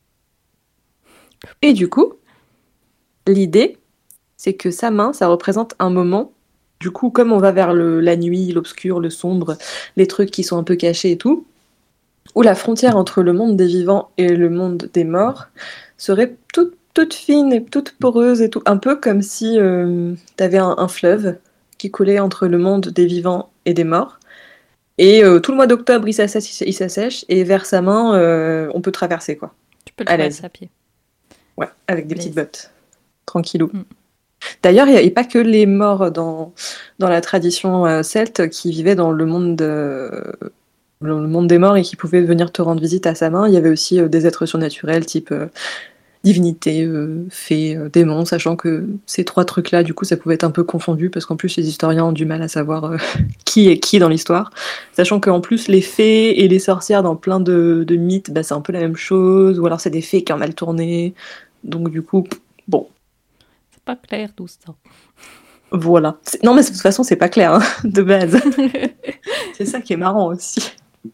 Et du coup, l'idée, c'est que Samhain, ça représente un moment. Du coup, comme on va vers la nuit, l'obscur, le sombre, les trucs qui sont un peu cachés et tout, où la frontière entre le monde des vivants et le monde des morts serait toute toute fine et toute poreuse et tout. Un peu comme si t'avais un fleuve qui coulait entre le monde des vivants et des morts. Et tout le mois d'octobre, il s'assèche et vers sa main, on peut traverser, quoi. Tu peux le À traverser l'aise. à pied. Ouais, avec des petites Blaise. bottes. Tranquillou. Mm. D'ailleurs, il n'y a pas que les morts dans la tradition celte qui vivaient dans le monde des morts et qui pouvaient venir te rendre visite à sa main. Il y avait aussi des êtres surnaturels, type divinité, fées, démons, sachant que ces trois trucs-là, du coup, ça pouvait être un peu confondu, parce qu'en plus, les historiens ont du mal à savoir qui est qui dans l'histoire. Sachant qu'en plus, les fées et les sorcières dans plein de mythes, bah, c'est un peu la même chose, ou alors c'est des fées qui ont mal tourné. Donc du coup, bon, C'est pas clair tout ça. voilà. Non, mais de toute façon, c'est pas clair, hein, de base. C'est ça qui est marrant aussi.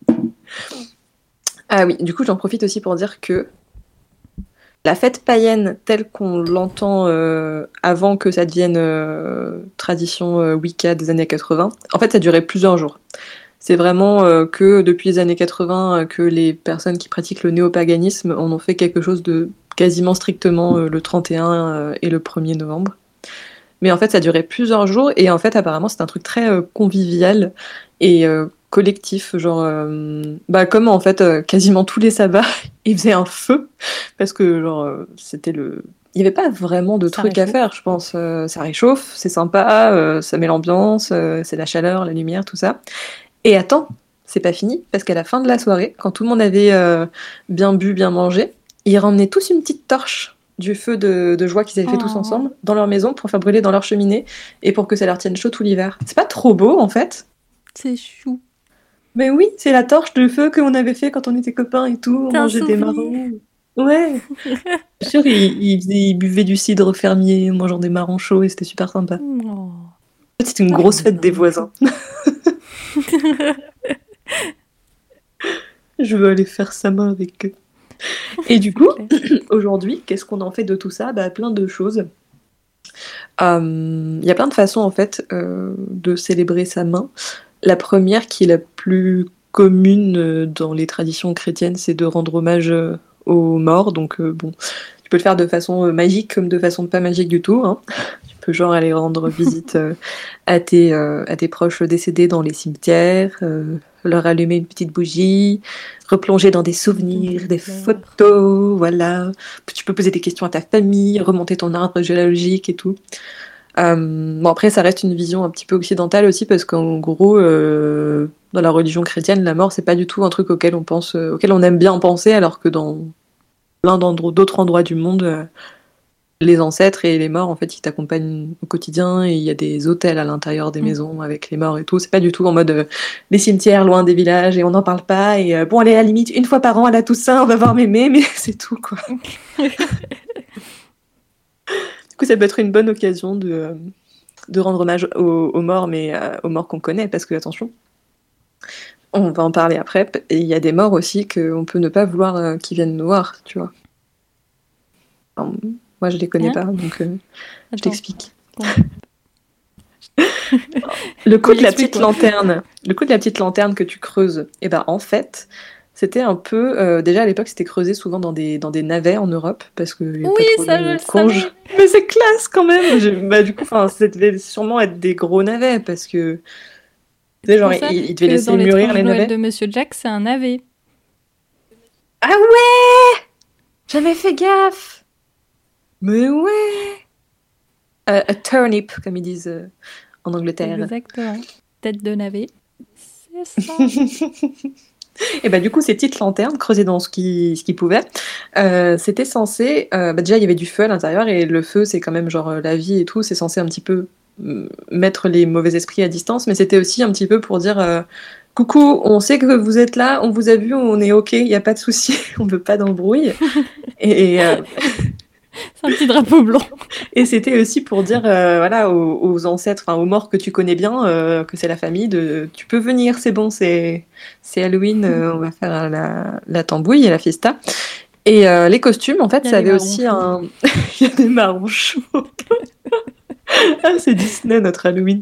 Ah oui, du coup, j'en profite aussi pour dire que la fête païenne telle qu'on l'entend avant que ça devienne tradition Wicca des années 80, en fait, ça durait plusieurs jours. C'est vraiment que depuis les années 80 que les personnes qui pratiquent le néopaganisme en ont fait quelque chose de quasiment strictement le 31 et le 1er novembre. Mais en fait, ça durait plusieurs jours et en fait, apparemment, c'est un truc très convivial et collectif. Genre, comme en fait, quasiment tous les sabbats, ils faisaient un feu parce que, genre, c'était le. Il n'y avait pas vraiment de Ça trucs à réchauffe. faire, je pense. Ça réchauffe, c'est sympa, ça met l'ambiance, c'est la chaleur, la lumière, tout ça. Et attends, c'est pas fini, parce qu'à la fin de la soirée, quand tout le monde avait bien bu, bien mangé, ils ramenaient tous une petite torche du feu de joie qu'ils avaient fait tous Oh. ensemble dans leur maison pour faire brûler dans leur cheminée et pour que ça leur tienne chaud tout l'hiver. C'est pas trop beau en fait? C'est chou. Mais oui, c'est la torche de feu qu'on avait fait quand on était copains et tout, on C'est un mangeait des souvenir. marrons. Ouais, je suis sûre, ils buvaient du cidre fermier en mangeant des marrons chauds et c'était super sympa. Oh. En fait, c'était une grosse fête des voisins. Je veux aller faire sa main avec eux. Et du coup, aujourd'hui, qu'est-ce qu'on en fait de tout ça? Bah, plein de choses. Il y a plein de façons en fait de célébrer sa main. La première, qui est la plus commune dans les traditions chrétiennes, c'est de rendre hommage aux morts. Donc bon, tu peux le faire de façon magique comme de façon pas magique du tout, hein. Tu peux genre aller rendre visite à tes proches décédés dans les cimetières, leur allumer une petite bougie, replonger dans des souvenirs, des photos, voilà. Tu peux poser des questions à ta famille, remonter ton arbre généalogique et tout. Bon, après, ça reste une vision un petit peu occidentale aussi, parce qu'en gros, dans la religion chrétienne, la mort, c'est pas du tout un truc auquel on pense, auquel on aime bien penser, alors que dans plein d'autres endroits du monde, les ancêtres et les morts, en fait, ils t'accompagnent au quotidien et il y a des hôtels à l'intérieur des maisons avec les morts et tout. C'est pas du tout en mode les cimetières loin des villages et on n'en parle pas. Et bon, allez, à la limite, une fois par an à la Toussaint, on va voir mémé, mais c'est tout, quoi. Du coup, ça peut être une bonne occasion de rendre hommage aux morts, mais aux morts qu'on connaît, parce que, attention, on va en parler après, et il y a des morts aussi qu'on peut ne pas vouloir qu'ils viennent nous voir, tu vois. Enfin, moi, je les connais pas, donc je t'explique. Bon. Le coup de la petite lanterne, que tu creuses, et ben en fait, c'était un peu déjà à l'époque, c'était creusé souvent dans des navets en Europe parce que y a Oui, pas trop ça, de je le conge. savais. Mais c'est classe quand même. Bah du coup, enfin, ça devait sûrement être des gros navets parce que tu sais, genre ils devaient laisser mûrir les navets. De Monsieur Jack, c'est un navet. Ah ouais, j'avais fait gaffe. Mais ouais, a turnip comme ils disent en Angleterre. Exactement. Tête de navet. C'est ça. Et bah du coup, ces petites lanternes creusées dans ce qui pouvait, c'était censé... déjà, il y avait du feu à l'intérieur, et le feu, c'est quand même genre la vie et tout, c'est censé un petit peu mettre les mauvais esprits à distance, mais c'était aussi un petit peu pour dire coucou, on sait que vous êtes là, on vous a vu, on est ok, il n'y a pas de souci, on veut pas d'embrouille. Et c'est un petit drapeau blanc. Et c'était aussi pour dire voilà, aux ancêtres, enfin aux morts que tu connais bien, que c'est la famille, tu peux venir, c'est bon, c'est Halloween, on va faire la tambouille et la fiesta. Et les costumes, en fait, ça avait aussi un... Il y a des marrons chauds. Ah, c'est Disney, notre Halloween.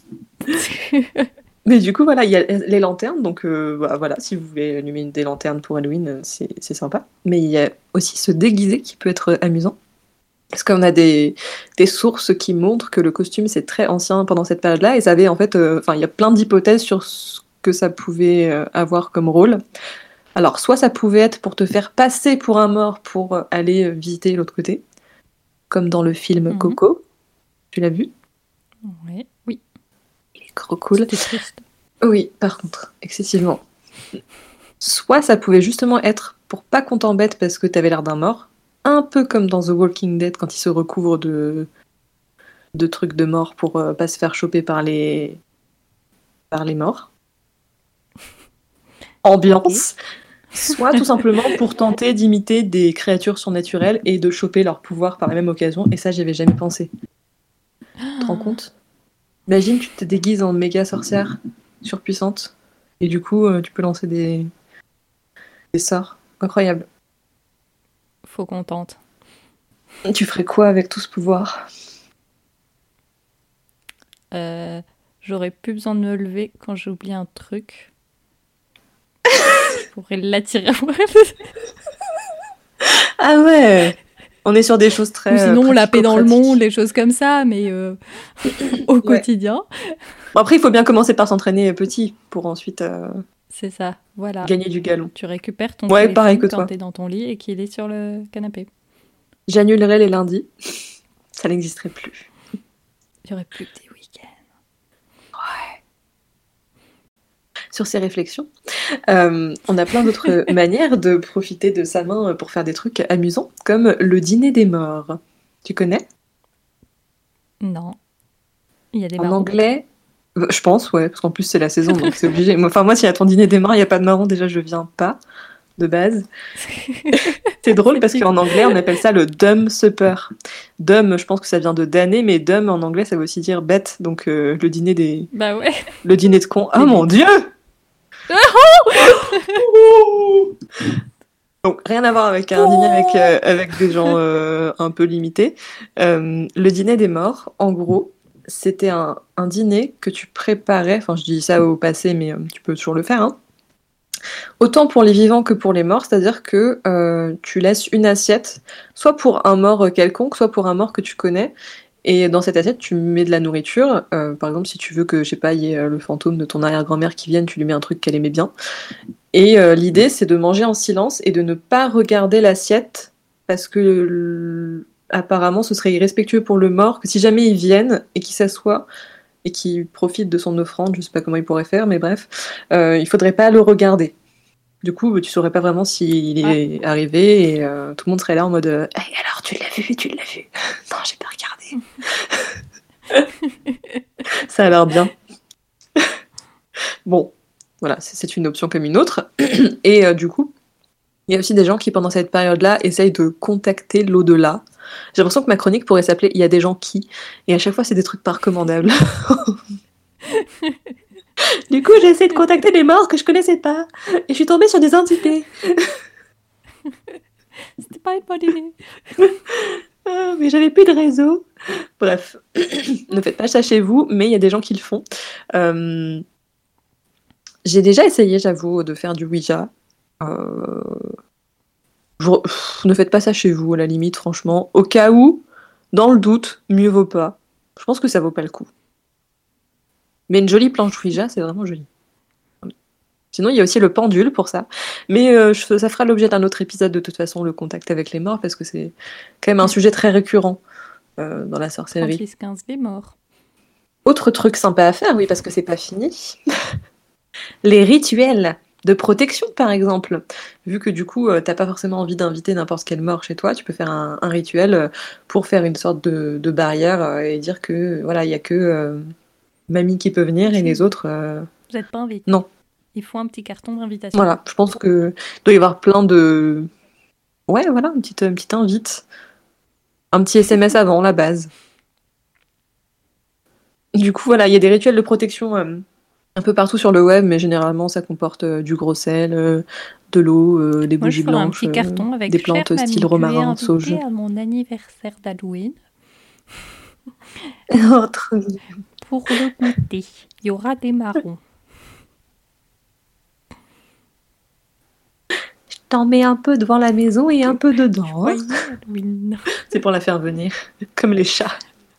Mais du coup, voilà, il y a les lanternes, donc voilà, si vous voulez allumer des lanternes pour Halloween, c'est sympa. Mais il y a aussi se déguiser qui peut être amusant. Parce qu'on a des sources qui montrent que le costume c'est très ancien pendant cette période-là et ça avait en fait, il y a plein d'hypothèses sur ce que ça pouvait avoir comme rôle. Alors soit ça pouvait être pour te faire passer pour un mort pour aller visiter l'autre côté, comme dans le film Coco. Tu l'as vu? Ouais. Oui. Il est trop cool. C'était triste. Oui, par contre, excessivement. Soit ça pouvait justement être pour pas qu'on t'embête parce que t'avais l'air d'un mort, un peu comme dans The Walking Dead quand il se recouvre de trucs de mort pour pas se faire choper par les morts. Ambiance. Soit tout simplement pour tenter d'imiter des créatures surnaturelles et de choper leur pouvoir par la même occasion, et ça j'y avais jamais pensé. Tu te rends compte? Imagine, tu te déguises en méga sorcière surpuissante, et du coup tu peux lancer des sorts. Incroyable. Faut qu'on tente. Tu ferais quoi avec tout ce pouvoir? J'aurais plus besoin de me lever quand j'oublie un truc. Je pourrais l'attirer à moi. Ah ouais! On est sur des choses très. Ou sinon, la paix dans le pratico-pratiques. monde, les choses comme ça, mais au quotidien. Bon, après, il faut bien commencer par s'entraîner petit pour ensuite C'est ça, voilà. gagner du galon. Tu récupères ton Ouais, téléphone pareil que quand toi. t'es dans ton lit et qu'il est sur le canapé. J'annulerai les lundis. Ça n'existerait plus. Il n'y aurait plus que des week-ends. Sur ces réflexions, on a plein d'autres manières de profiter de sa main pour faire des trucs amusants, comme le dîner des morts. Tu connais? Non. Il y a des En marrons. anglais, je pense, ouais, parce qu'en plus c'est la saison, donc c'est obligé. Enfin, moi, s'il y a ton dîner des morts, il n'y a pas de marron, déjà je viens pas, de base. C'est drôle parce qu'en anglais, on appelle ça le dumb supper. Dumb, je pense que ça vient de damner, mais dumb en anglais, ça veut aussi dire bête, donc le dîner des... Bah ouais. Le dîner de con. Oh Des mon dieu! Donc rien à voir avec un dîner avec des gens un peu limités. Le dîner des morts, en gros, c'était un dîner que tu préparais, enfin je dis ça au passé, mais tu peux toujours le faire, hein. Autant pour les vivants que pour les morts, c'est-à-dire que tu laisses une assiette, soit pour un mort quelconque, soit pour un mort que tu connais, et dans cette assiette, tu mets de la nourriture. Par exemple, si tu veux que, je sais pas, il y ait le fantôme de ton arrière-grand-mère qui vienne, tu lui mets un truc qu'elle aimait bien. Et l'idée, c'est de manger en silence et de ne pas regarder l'assiette, parce que apparemment, ce serait irrespectueux pour le mort, que si jamais ils viennent et qu'ils s'assoient et qu'ils profitent de son offrande, je sais pas comment ils pourraient faire, mais bref, il faudrait pas le regarder. Du coup, tu saurais pas vraiment s'il est arrivé et tout le monde serait là en mode hey, alors, tu l'as vu? Non, j'ai pas regardé. Ça a l'air bien. Bon, voilà, c'est une option comme une autre. Et du coup, il y a aussi des gens qui, pendant cette période-là, essayent de contacter l'au-delà. J'ai l'impression que ma chronique pourrait s'appeler « Il y a des gens qui ». Et à chaque fois, c'est des trucs pas recommandables. Du coup, j'ai essayé de contacter des morts que je connaissais pas. Et je suis tombée sur des entités. C'était pas une bonne idée. Ah, mais j'avais plus de réseau. Bref, ne faites pas ça chez vous, mais il y a des gens qui le font. J'ai déjà essayé, j'avoue, de faire du Ouija. Ne faites pas ça chez vous, à la limite, franchement. Au cas où, dans le doute, mieux vaut pas. Je pense que ça vaut pas le coup. Mais une jolie planche Ouija, c'est vraiment joli. Sinon, il y a aussi le pendule pour ça. Mais ça fera l'objet d'un autre épisode, de toute façon, le contact avec les morts, parce que c'est quand même un sujet très récurrent dans la sorcellerie. 36-15, les morts. Autre truc sympa à faire, oui, parce que c'est pas fini. Les rituels de protection, par exemple. Vu que du coup, t'as pas forcément envie d'inviter n'importe quel mort chez toi, tu peux faire un rituel pour faire une sorte de barrière et dire que voilà, il y a que mamie qui peut venir et les autres. Vous n'êtes pas invités. Non. Il faut un petit carton d'invitation. Voilà, je pense que doit y avoir plein de. Ouais, voilà, une petite invite. Un petit SMS avant, la base. Du coup, voilà, il y a des rituels de protection un peu partout sur le web, mais généralement, ça comporte du gros sel, de l'eau, des Moi, je bougies ferai un blanches, petit carton avec des plantes chère mamie, style tu es romarin, sauge. invitée à mon anniversaire d'Halloween. Oh, trop mignon. Pour le goûter, il y aura des marrons. Je t'en mets un peu devant la maison et un peu dedans. Joyeux Halloween. C'est pour la faire venir, comme les chats.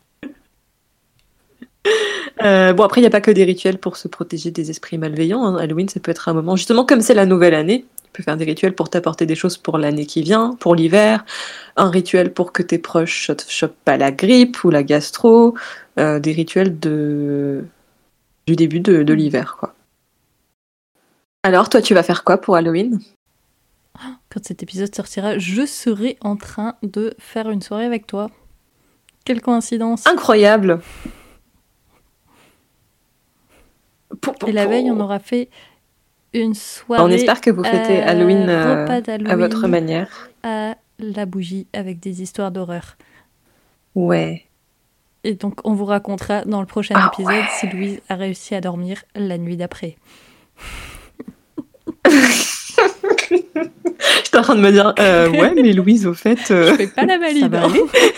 Bon, après, il n'y a pas que des rituels pour se protéger des esprits malveillants, hein. Halloween, ça peut être un moment, justement, comme c'est la nouvelle année, tu peux faire des rituels pour t'apporter des choses pour l'année qui vient, pour l'hiver, un rituel pour que tes proches chopent pas la grippe ou la gastro, des rituels du début de l'hiver, quoi. Alors, toi, tu vas faire quoi pour Halloween? Quand cet épisode sortira, je serai en train de faire une soirée avec toi. Quelle coïncidence. Incroyable! Et la veille, on aura fait une soirée. On espère que vous fêtez Halloween repas d'Halloween à votre manière. À la bougie avec des histoires d'horreur. Ouais. Et donc, on vous racontera dans le prochain épisode si Louise a réussi à dormir la nuit d'après. J'étais en train de me dire, ouais, mais Louise, au fait... Je fais pas la valide. Ça va aller.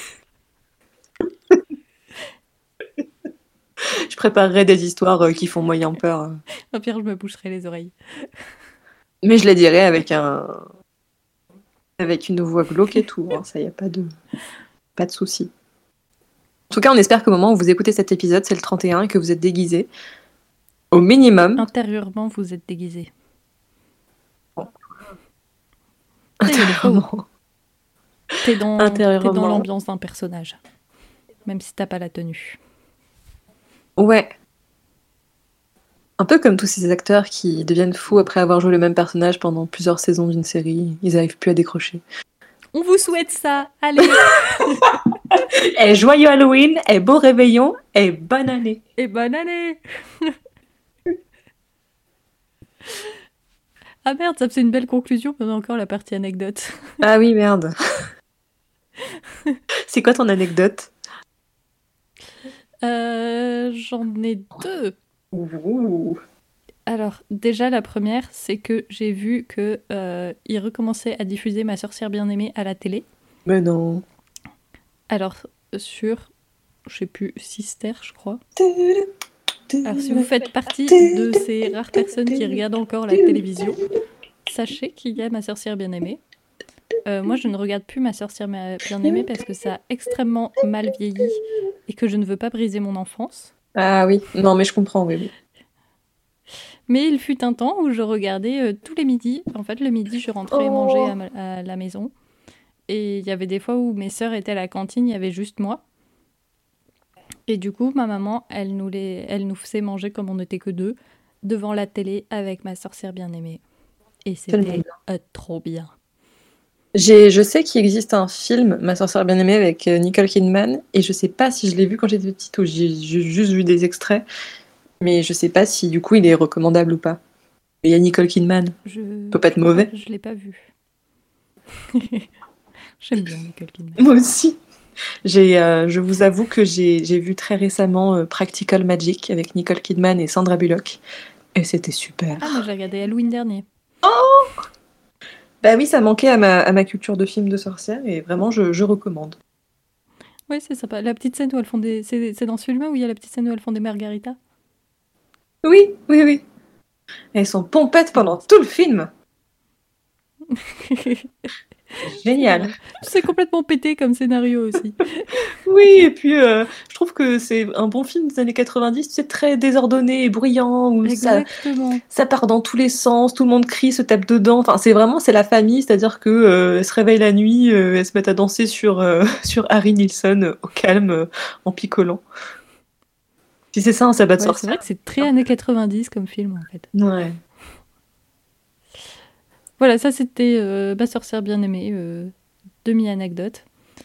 Je préparerai des histoires qui font moyen peur. Au pire, je me boucherai les oreilles. Mais je les dirai avec une voix glauque et tout. Hein. Ça, y a pas de souci. En tout cas, on espère qu'au moment où vous écoutez cet épisode, c'est le 31 et que vous êtes déguisés. Au minimum. Intérieurement, vous êtes déguisés. Bon. Intérieurement. T'es dans l'ambiance d'un personnage. Même si t'as pas la tenue. Ouais. Un peu comme tous ces acteurs qui deviennent fous après avoir joué le même personnage pendant plusieurs saisons d'une série. Ils n'arrivent plus à décrocher. On vous souhaite ça. Allez. Et joyeux Halloween, et beau réveillon, et bonne année. Et bonne année. Ah merde, ça faisait une belle conclusion, mais on a encore la partie anecdote. Ah oui, merde. C'est quoi ton anecdote? J'en ai deux. Ouh. Alors, déjà, la première, c'est que j'ai vu que il recommençait à diffuser Ma sorcière bien-aimée à la télé. Mais non. Alors, sur, je sais plus, Sister, je crois. Alors, si vous faites partie de ces rares personnes qui regardent encore la télévision, sachez qu'il y a Ma sorcière bien-aimée. Moi, je ne regarde plus Ma sorcière bien-aimée parce que ça a extrêmement mal vieilli et que je ne veux pas briser mon enfance. Ah oui, non mais je comprends, oui. Mais il fut un temps où je regardais tous les midis. En fait, le midi, je rentrais manger à la maison. Et il y avait des fois où mes sœurs étaient à la cantine, il y avait juste moi. Et du coup, ma maman, elle nous faisait manger comme on n'était que deux, devant la télé avec Ma sorcière bien-aimée. Et c'était trop bien. Je sais qu'il existe un film, Ma sorcière bien-aimée, avec Nicole Kidman, et je sais pas si je l'ai vu quand j'étais petite ou j'ai juste vu des extraits, mais je sais pas si du coup il est recommandable ou pas. Il y a Nicole Kidman, peut pas être mauvais. Je l'ai pas vu. J'aime bien Nicole Kidman. Moi aussi. Je vous avoue que j'ai vu très récemment Practical Magic avec Nicole Kidman et Sandra Bullock, et c'était super. Ah, moi j'ai regardé Halloween dernier. Oh! Bah oui, ça manquait à ma culture de film de sorcière et vraiment, je recommande. Oui, c'est sympa. La petite scène où elles font des... C'est dans ce film-là où il y a la petite scène où elles font des margaritas? Oui. Elles sont pompettes pendant tout le film. Génial. C'est complètement pété comme scénario aussi. Oui, et puis je trouve que c'est un bon film des années 90, c'est très désordonné et bruyant, où ça part dans tous les sens, tout le monde crie, se tape dedans, enfin c'est la famille, c'est-à-dire que elles se réveillent la nuit, elles se mettent à danser sur Harry Nilsson au calme, en picolant. Puis c'est ça un sabbat de sorcière. C'est vrai que c'est très années 90 comme film en fait. Ouais. Voilà, ça c'était Ma sorcière bien-aimée, demi-anecdote.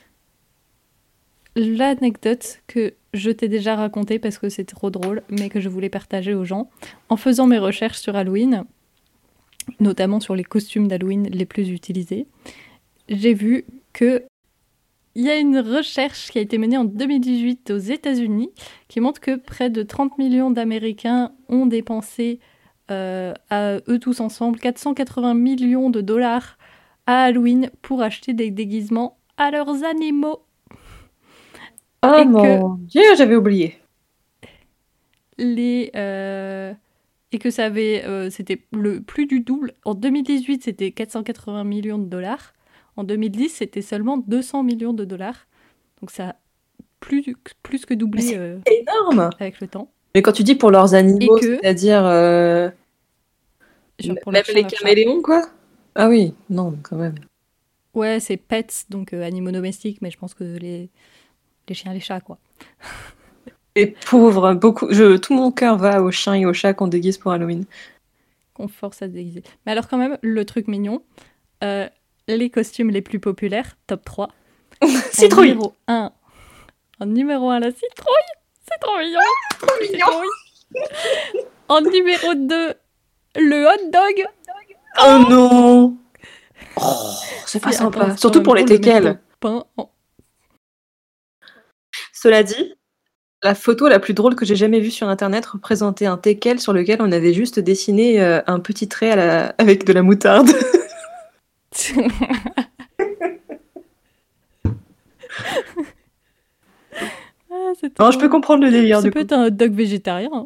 L'anecdote que je t'ai déjà racontée parce que c'est trop drôle, mais que je voulais partager aux gens. En faisant mes recherches sur Halloween, notamment sur les costumes d'Halloween les plus utilisés, j'ai vu que il y a une recherche qui a été menée en 2018 aux États-Unis qui montre que près de 30 millions d'Américains ont dépensé à eux tous ensemble 480 millions de dollars à Halloween pour acheter des déguisements à leurs animaux. Oh mon Dieu, j'avais oublié. Les et que ça avait, c'était le plus du double. En 2018, c'était 480 millions de dollars. En 2010, c'était seulement 200 millions de dollars. Donc ça a plus que doublé Énorme. avec le temps. Mais quand tu dis pour leurs animaux, Et que- c'est-à-dire Genre pour même leurs chiens, les leurs chats. caméléons, quoi. Ah oui, non, quand même. Ouais, c'est pets, donc animaux domestiques, mais je pense que les chiens, les chats, quoi. Les pauvres, beaucoup. Tout mon cœur va aux chiens et aux chats qu'on déguise pour Halloween. Qu'on force à se déguiser. Mais alors quand même, le truc mignon, les costumes les plus populaires, top 3. Citrouille. En numéro 1, la citrouille. C'est trop mignon. Trop mignon. Citrouille. En numéro 2, le hot dog. Oh non. Oh, c'est pas Si, sympa. attends, c'est Surtout quand pour même les drôle de mettre teckels. au pain en- Cela dit, la photo la plus drôle que j'ai jamais vue sur internet représentait un teckel sur lequel on avait juste dessiné un petit trait avec de la moutarde. Ah, c'est Non, trop je peux comprendre le délire Ça du peut coup. être un hot dog végétarien.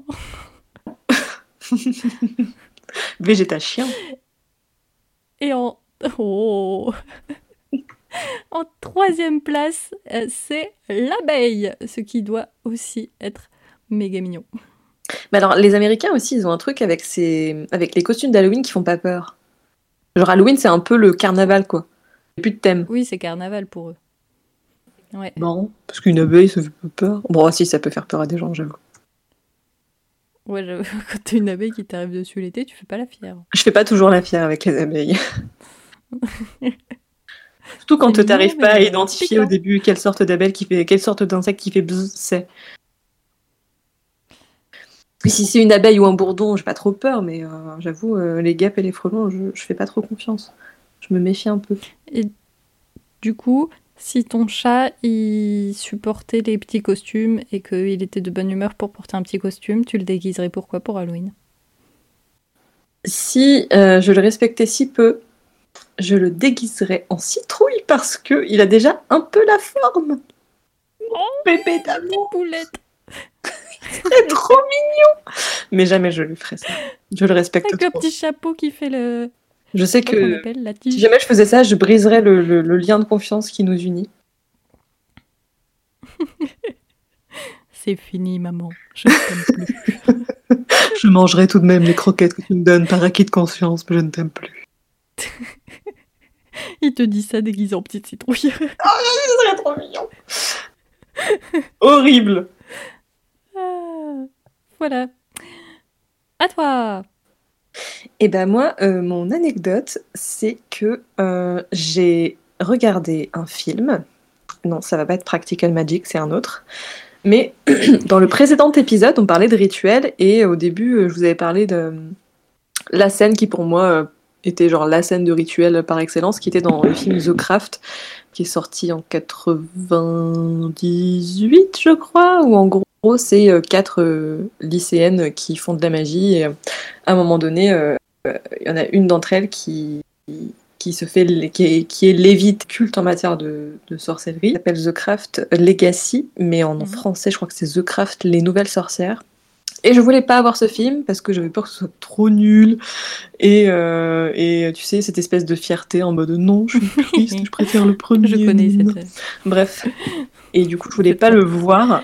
Végétachien. Et en... Oh. En troisième place, c'est l'abeille, ce qui doit aussi être méga mignon. Mais alors, les Américains aussi, ils ont un truc avec les costumes d'Halloween qui font pas peur. Genre Halloween, c'est un peu le carnaval, quoi. Il y a plus de thème. Oui, c'est carnaval pour eux. Ouais. Non, parce qu'une abeille, ça fait pas peur. Bon, si, ça peut faire peur à des gens, j'avoue. Ouais, quand t'as une abeille qui t'arrive dessus l'été, tu fais pas la fière. Je fais pas toujours la fière avec les abeilles. Surtout quand C'est t'arrives mignon, pas à mais identifier piquant. au début quelle sorte d'insecte qui fait bzz, c'est. Puis si c'est une abeille ou un bourdon, j'ai pas trop peur, mais j'avoue, les guêpes et les frelons, je fais pas trop confiance. Je me méfie un peu. Et du coup, si ton chat, il supportait les petits costumes et qu'il était de bonne humeur pour porter un petit costume, tu le déguiserais pourquoi pour Halloween? Si je le respectais si peu, je le déguiserais en citrouille parce que il a déjà un peu la forme. Oh, Bébé d'amour, poulette. c'est trop mignon. Mais jamais je lui ferais ça. Je le respecte Avec le trop. petit chapeau qui fait le... Je sais Comment on que appelle la si tige. jamais je faisais ça, je briserais le lien de confiance qui nous unit. C'est fini, maman. Je ne t'aime plus. Je mangerai tout de même les croquettes que tu me donnes par acquis de conscience, mais je ne t'aime plus. Il te dit ça déguisé en petite citrouille. Ce serait trop mignon. Horrible. Ah, voilà. À toi. Et ben moi, mon anecdote, c'est que j'ai regardé un film. Non, ça va pas être Practical Magic, c'est un autre. Mais dans le précédent épisode, on parlait de rituels et au début, je vous avais parlé de la scène qui pour moi était genre la scène de rituel par excellence, qui était dans le film The Craft, qui est sorti en 98, je crois, où en gros c'est 4 lycéennes qui font de la magie et à un moment donné, il y en a une d'entre elles qui est lévite culte en matière de sorcellerie. Ça s'appelle The Craft Legacy, mais en français, je crois que c'est The Craft Les Nouvelles Sorcières. Et je voulais pas voir ce film parce que j'avais peur que ce soit trop nul. Et tu sais, cette espèce de fierté en mode non, je suis triste, je préfère le premier. Je connais cette... Bref. Et du coup, je voulais pas le voir.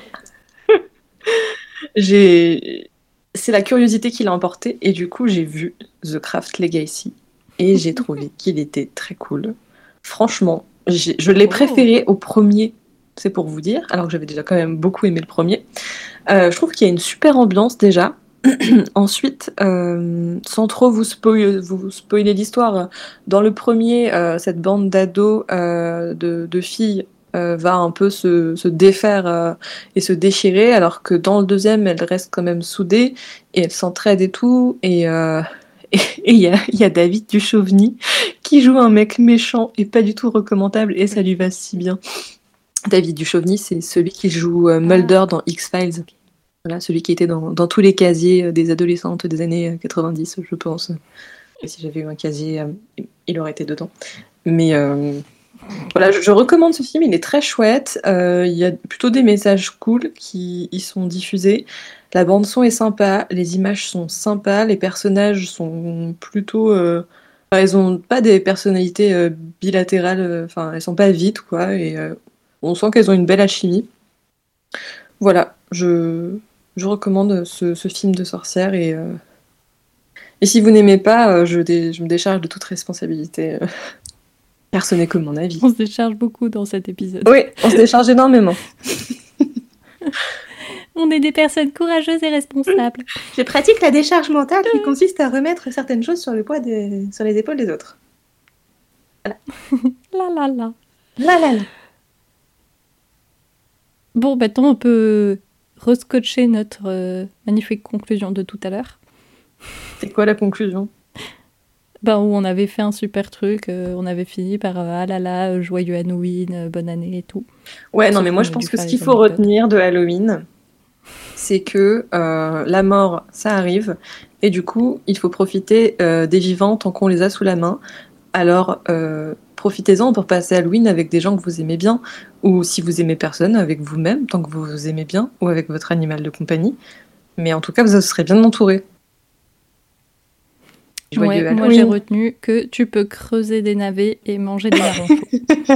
C'est la curiosité qui l'a emporté. Et du coup, j'ai vu The Craft Legacy. Et j'ai trouvé qu'il était très cool. Franchement, je l'ai préféré au premier, c'est pour vous dire, alors que j'avais déjà quand même beaucoup aimé le premier. Je trouve qu'il y a une super ambiance déjà. Ensuite, sans trop vous spoiler l'histoire, dans le premier, cette bande d'ados, de filles, va un peu se défaire et se déchirer, alors que dans le deuxième, elles restent quand même soudées et elles s'entraident et tout. Et il y a David Duchovny qui joue un mec méchant et pas du tout recommandable, et ça lui va si bien. David Duchovny, c'est celui qui joue Mulder dans X-Files. Voilà, celui qui était dans tous les casiers des adolescentes des années 90, je pense. Et si j'avais eu un casier, il aurait été dedans. Mais Voilà, je recommande ce film, il est très chouette. Il y a plutôt des messages cool qui y sont diffusés. La bande son est sympa, les images sont sympas, les personnages sont plutôt. Enfin, elles ont pas des personnalités bilatérales, enfin, elles sont pas vides, quoi, et on sent qu'elles ont une belle alchimie. Voilà, je recommande ce film de sorcière et si vous n'aimez pas, je me décharge de toute responsabilité. Car ce n'est que mon avis. On se décharge beaucoup dans cet épisode. Oui, on se décharge énormément. On est des personnes courageuses et responsables. Je pratique la décharge mentale qui consiste à remettre certaines choses sur sur les épaules des autres. La la la. La la la. Bon, maintenant on peut rescotcher notre magnifique conclusion de tout à l'heure. C'est quoi la conclusion ? Où on avait fait un super truc, on avait fini par ah là là, joyeux Halloween, bonne année et tout. Ouais, non, mais moi je pense que ce qu'il faut retenir de Halloween, c'est que la mort, ça arrive, et du coup, il faut profiter des vivants tant qu'on les a sous la main. Alors, profitez-en pour passer Halloween avec des gens que vous aimez bien, ou si vous aimez personne, avec vous-même, tant que vous vous aimez bien, ou avec votre animal de compagnie. Mais en tout cas, vous serez bien entourés. Ouais, moi j'ai retenu que tu peux creuser des navets et manger des marrons chauds.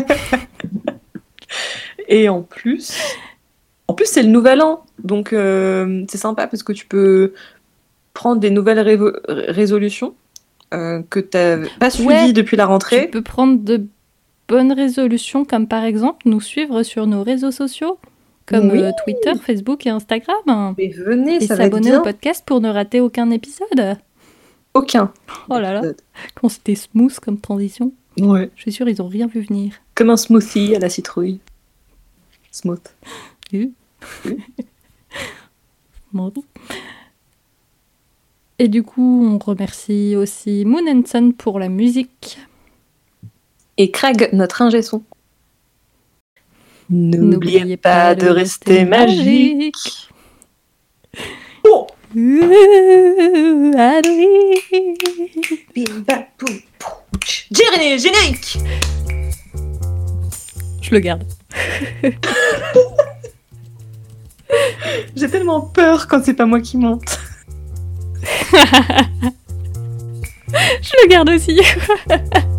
Et en plus c'est le nouvel an, donc c'est sympa parce que tu peux prendre des nouvelles résolutions que tu n'as pas suivies depuis la rentrée. Tu peux prendre de bonnes résolutions, comme par exemple nous suivre sur nos réseaux sociaux, comme Twitter, Facebook et Instagram. Mais venez, et ça va être bien. S'abonner au podcast pour ne rater aucun épisode. Aucun. Oh là là, quand c'était smooth comme transition. Ouais. Je suis sûre, ils ont rien vu venir. Comme un smoothie à la citrouille. Smooth. Smooth. Et du coup, on remercie aussi Moon & Son pour la musique. Et Craig, notre ingé son. N'oubliez pas de rester magique. Oh Générique. Je le garde. J'ai tellement peur quand c'est pas moi qui monte. Je le garde aussi.